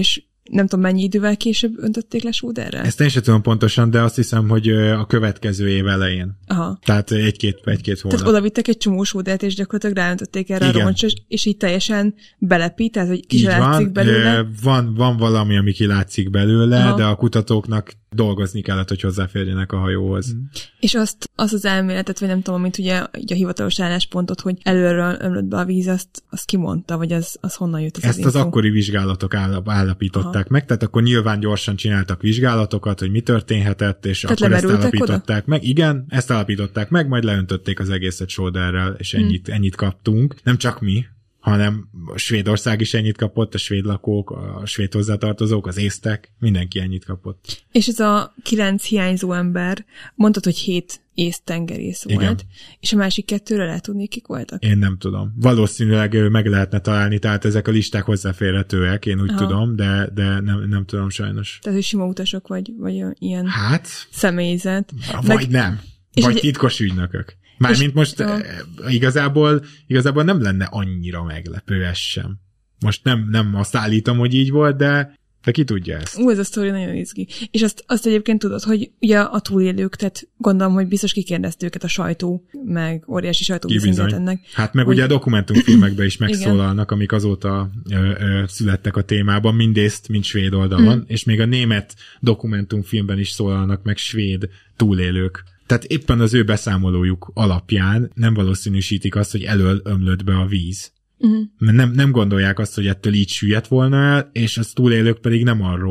nem tudom mennyi idővel később öntötték le sóderrel? Ezt én sem tudom pontosan, de azt hiszem, hogy a következő év elején. Aha. Tehát egy-két hónap. Tehát oda vittek egy csomó sódert, és gyakorlatilag ráöntötték erre a roncsra, és így teljesen belepít, tehát hogy ki se látszik belőle. Van valami, ami kilátszik belőle, de a kutatóknak dolgozni kellett, hogy hozzáférjenek a hajóhoz. És azt az elméletet, vagy nem tudom, mint ugye így a hivatalos álláspontot, hogy előről ömlött be a víz, azt kimondta, vagy az honnan jött Ezt az akkori vizsgálatok állapították meg, tehát akkor nyilván gyorsan csináltak vizsgálatokat, hogy mi történhetett, és tehát akkor ezt állapították meg. Igen, ezt állapították meg, majd leöntötték az egészet sóderrel, és ennyit kaptunk. Nem csak mi, hanem Svédország is ennyit kapott, a svéd lakók, a svéd hozzátartozók, az észtek, mindenki ennyit kapott. És ez a 9 hiányzó ember, mondtad, hogy 7 észt tengerész volt, igen. És a másik 2-ről lehet tudni, kik voltak? Én nem tudom. Valószínűleg meg lehetne találni, tehát ezek a listák hozzáférhetőek, én úgy tudom, de nem tudom sajnos. Tehát, hogy sima utasok vagy ilyen személyzet. Vagy nem. Vagy titkos ügynökök. Mármint most igazából nem lenne annyira meglepő ez sem. Most nem azt állítom, hogy így volt, de ki tudja ezt. Ez a sztori nagyon izgi. És azt egyébként tudod, hogy ugye a túlélők, tehát gondolom, hogy biztos kikérdezte őket a sajtó, meg óriási sajtóviszonyat ennek. Hát meg ugye a dokumentumfilmekben is megszólalnak, amik azóta születtek a témában, mindészt, mind svéd oldalon, és még a német dokumentumfilmben is szólalnak meg svéd túlélők. Tehát éppen az ő beszámolójuk alapján nem valószínűsítik azt, hogy elől ömlött be a víz. Mert nem gondolják azt, hogy ettől így süllyedt volna el, és az túlélők pedig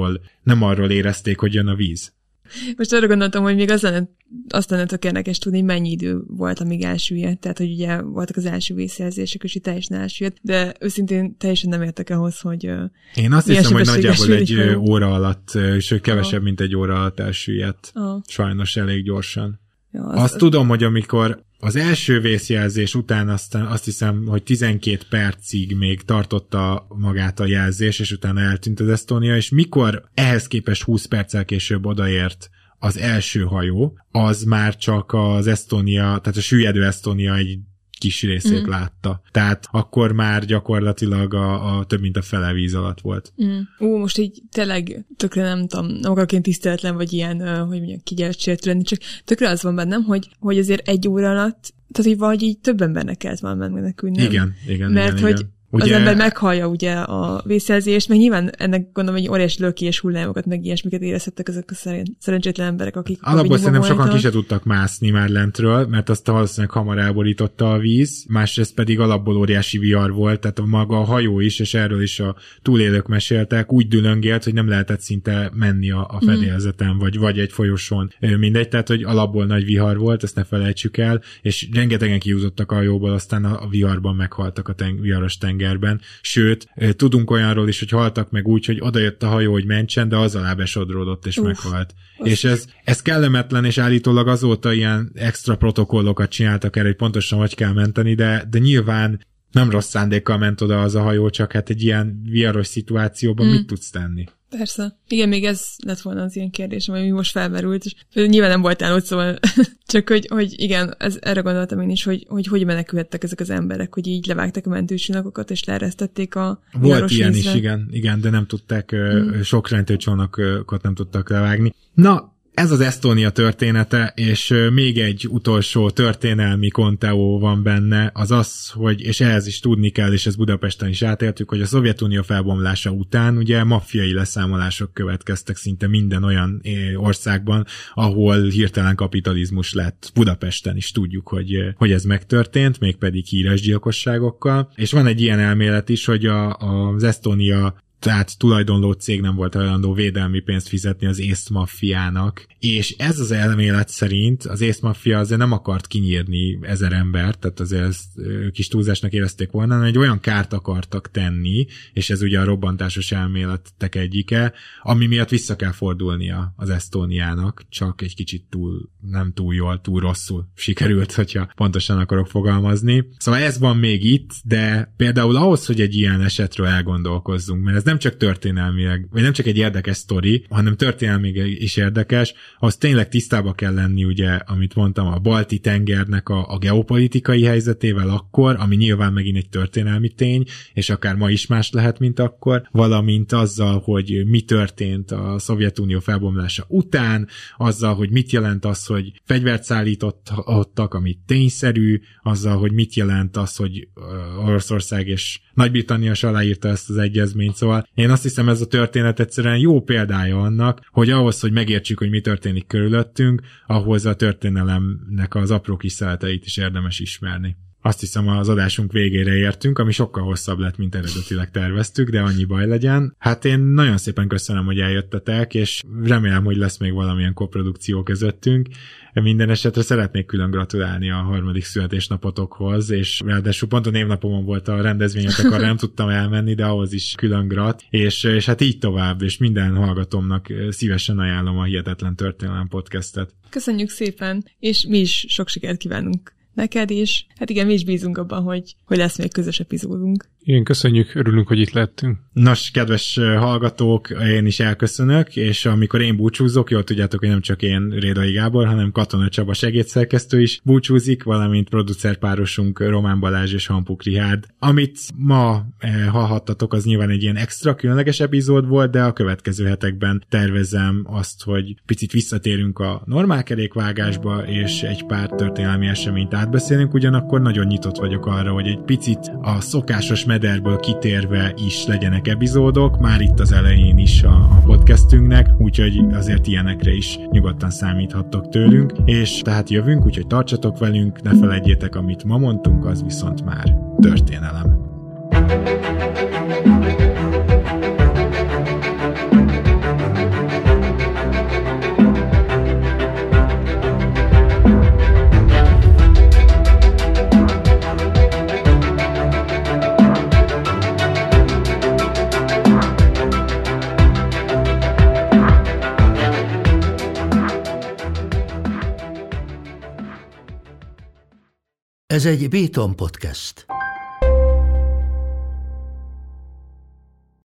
nem arról érezték, hogy jön a víz. Most arra gondoltam, hogy még azt lenne tök érdekes tudni, mennyi idő volt, amíg elsüllyedt. Tehát, hogy ugye voltak az első vészjelzések, és így teljesen elsüllyedt, de őszintén teljesen nem értek ahhoz, hogy én azt hiszem, hogy nagyjából egy óra alatt, sőt kevesebb, mint egy óra alatt elsüllyedt. Sajnos elég gyorsan. Ja, azt tudom, hogy amikor az első vészjelzés után azt hiszem, hogy 12 percig még tartotta magát a jelzés, és utána eltűnt az Estonia, és mikor ehhez képest 20 perccel később odaért az első hajó, az már csak az Estonia, tehát a süllyedő Estonia egy kis részét látta. Tehát akkor már gyakorlatilag a több mint a fele víz alatt volt. Most így tényleg tökre nem tudom, nem akarok én tiszteletlen, vagy ilyen, hogy mondjam, kigyeltsértő lenni, csak tökre az van bennem, hogy azért egy óra alatt, tehát így valahogy így több embernek kellett volna menekülni. Igen. Mert hogy ugye, az ember meghallja ugye a vészjelzést, meg nyilván ennek gondolom, hogy óriási lökés hullámokat, meg ilyesmiket érezhettek azok a szerencsétlen emberek, akik alapból szerintem sokan ki se tudtak mászni már lentről, mert azt valószínűleg hamar elborította a víz, másrészt pedig alapból óriási vihar volt, tehát maga a hajó is, és erről is a túlélők meséltek, úgy dülöngélt, hogy nem lehetett szinte menni a fedélzeten, vagy egy folyosón. Mindegy, tehát hogy alapból nagy vihar volt, ezt ne felejtsük el, és rengetegen kijutottak a hajóból, aztán a viharban meghaltak a viharos tengerben. Sőt, tudunk olyanról is, hogy haltak meg úgy, hogy odajött a hajó, hogy mentsen, de az alá besodródott és meghalt. És ez kellemetlen, és állítólag azóta ilyen extra protokollokat csináltak erre, hogy pontosan hogy kell menteni, de nyilván nem rossz szándékkal ment oda az a hajó, csak hát egy ilyen viharos szituációban mit tudsz tenni? Persze. Igen, még ez lett volna az ilyen kérdésem, ami most felmerült, és nyilván nem voltál ott, szóval csak hogy igen, erre gondoltam én is, hogy menekülhettek ezek az emberek, hogy így levágták a mentőcsónakokat, és leeresztették a volt ilyen vízre. Is, igen, de nem tudták, sok mentőcsónakot nem tudtak levágni. Na, ez az Estonia története, és még egy utolsó történelmi konteó van benne, az, hogy, és ehhez is tudni kell, és ezt Budapesten is átéltük, hogy a Szovjetunió felbomlása után ugye maffiai leszámolások következtek szinte minden olyan országban, ahol hirtelen kapitalizmus lett. Budapesten is tudjuk, hogy ez megtörtént, mégpedig híres gyilkosságokkal, és van egy ilyen elmélet is, hogy az Estonia, tehát tulajdonló cég nem volt hajlandó védelmi pénzt fizetni az észt maffiának, és ez az elmélet szerint az észt maffia azért nem akart kinyírni 1000 embert, tehát azért ezt kis túlzásnak érezték volna, hanem egy olyan kárt akartak tenni, és ez ugye a robbantásos elméletek egyike, ami miatt vissza kell fordulnia az Estoniának, csak egy kicsit nem túl jól, túl rosszul sikerült, hogyha pontosan akarok fogalmazni. Szóval ez van még itt, de például ahhoz, hogy egy ilyen esetről elgondolkozzunk, mert ez nem csak történelmileg, vagy nem csak egy érdekes sztori, hanem történelmileg is érdekes, az tényleg tisztába kell lenni, ugye, amit mondtam, a balti tengernek a geopolitikai helyzetével akkor, ami nyilván megint egy történelmi tény, és akár ma is más lehet, mint akkor, valamint azzal, hogy mi történt a Szovjetunió felbomlása után, azzal, hogy mit jelent az, hogy fegyvert szállítottak, ami tényszerű, azzal, hogy mit jelent az, hogy Oroszország és Nagy-Britannia is aláírta ezt az egyezményt, szóval én azt hiszem, ez a történet egyszerűen jó példája annak, hogy ahhoz, hogy megértsük, hogy mi történik körülöttünk, ahhoz a történelemnek az apró kis szeleteit is érdemes ismerni. Azt hiszem, az adásunk végére értünk, ami sokkal hosszabb lett, mint eredetileg terveztük, de annyi baj legyen. Hát én nagyon szépen köszönöm, hogy eljöttetek, és remélem, hogy lesz még valamilyen koprodukció közöttünk. Minden esetre szeretnék külön gratulálni a 3. születésnapotokhoz, és ráadásul pont a névnapomon volt a rendezvényetek, arra nem tudtam elmenni, de ahhoz is külön grat, és hát így tovább, és minden hallgatómnak szívesen ajánlom a Hihetetlen Történelem podcastet. Köszönjük szépen, és mi is sok sikert kívánunk neked is. Hát igen, mi is bízunk abban, hogy lesz még közös epizódunk. Igen, köszönjük, örülünk, hogy itt lettünk. Nos, kedves hallgatók, én is elköszönök, és amikor én búcsúzok, jól tudjátok, hogy nem csak én, Rédai Gábor, hanem Katona Csaba segédszerkesztő is búcsúzik, valamint producerpárosunk Román Balázs és Hampuk Rihárd. Amit ma hallhattatok, az nyilván egy ilyen extra különleges epizód volt, de a következő hetekben tervezem azt, hogy picit visszatérünk a normál kerékvágásba, és egy pár történelmi eseményt átbeszélünk, ugyanakkor nagyon nyitott vagyok arra, hogy egy picit a szokásos mederből kitérve is legyenek epizódok, már itt az elején is a podcastünknek, úgyhogy azért ilyenekre is nyugodtan számíthattok tőlünk, és tehát jövünk, úgyhogy tartsatok velünk, ne felejtjétek, amit ma mondtunk, az viszont már történelem. Ez egy Béton podcast.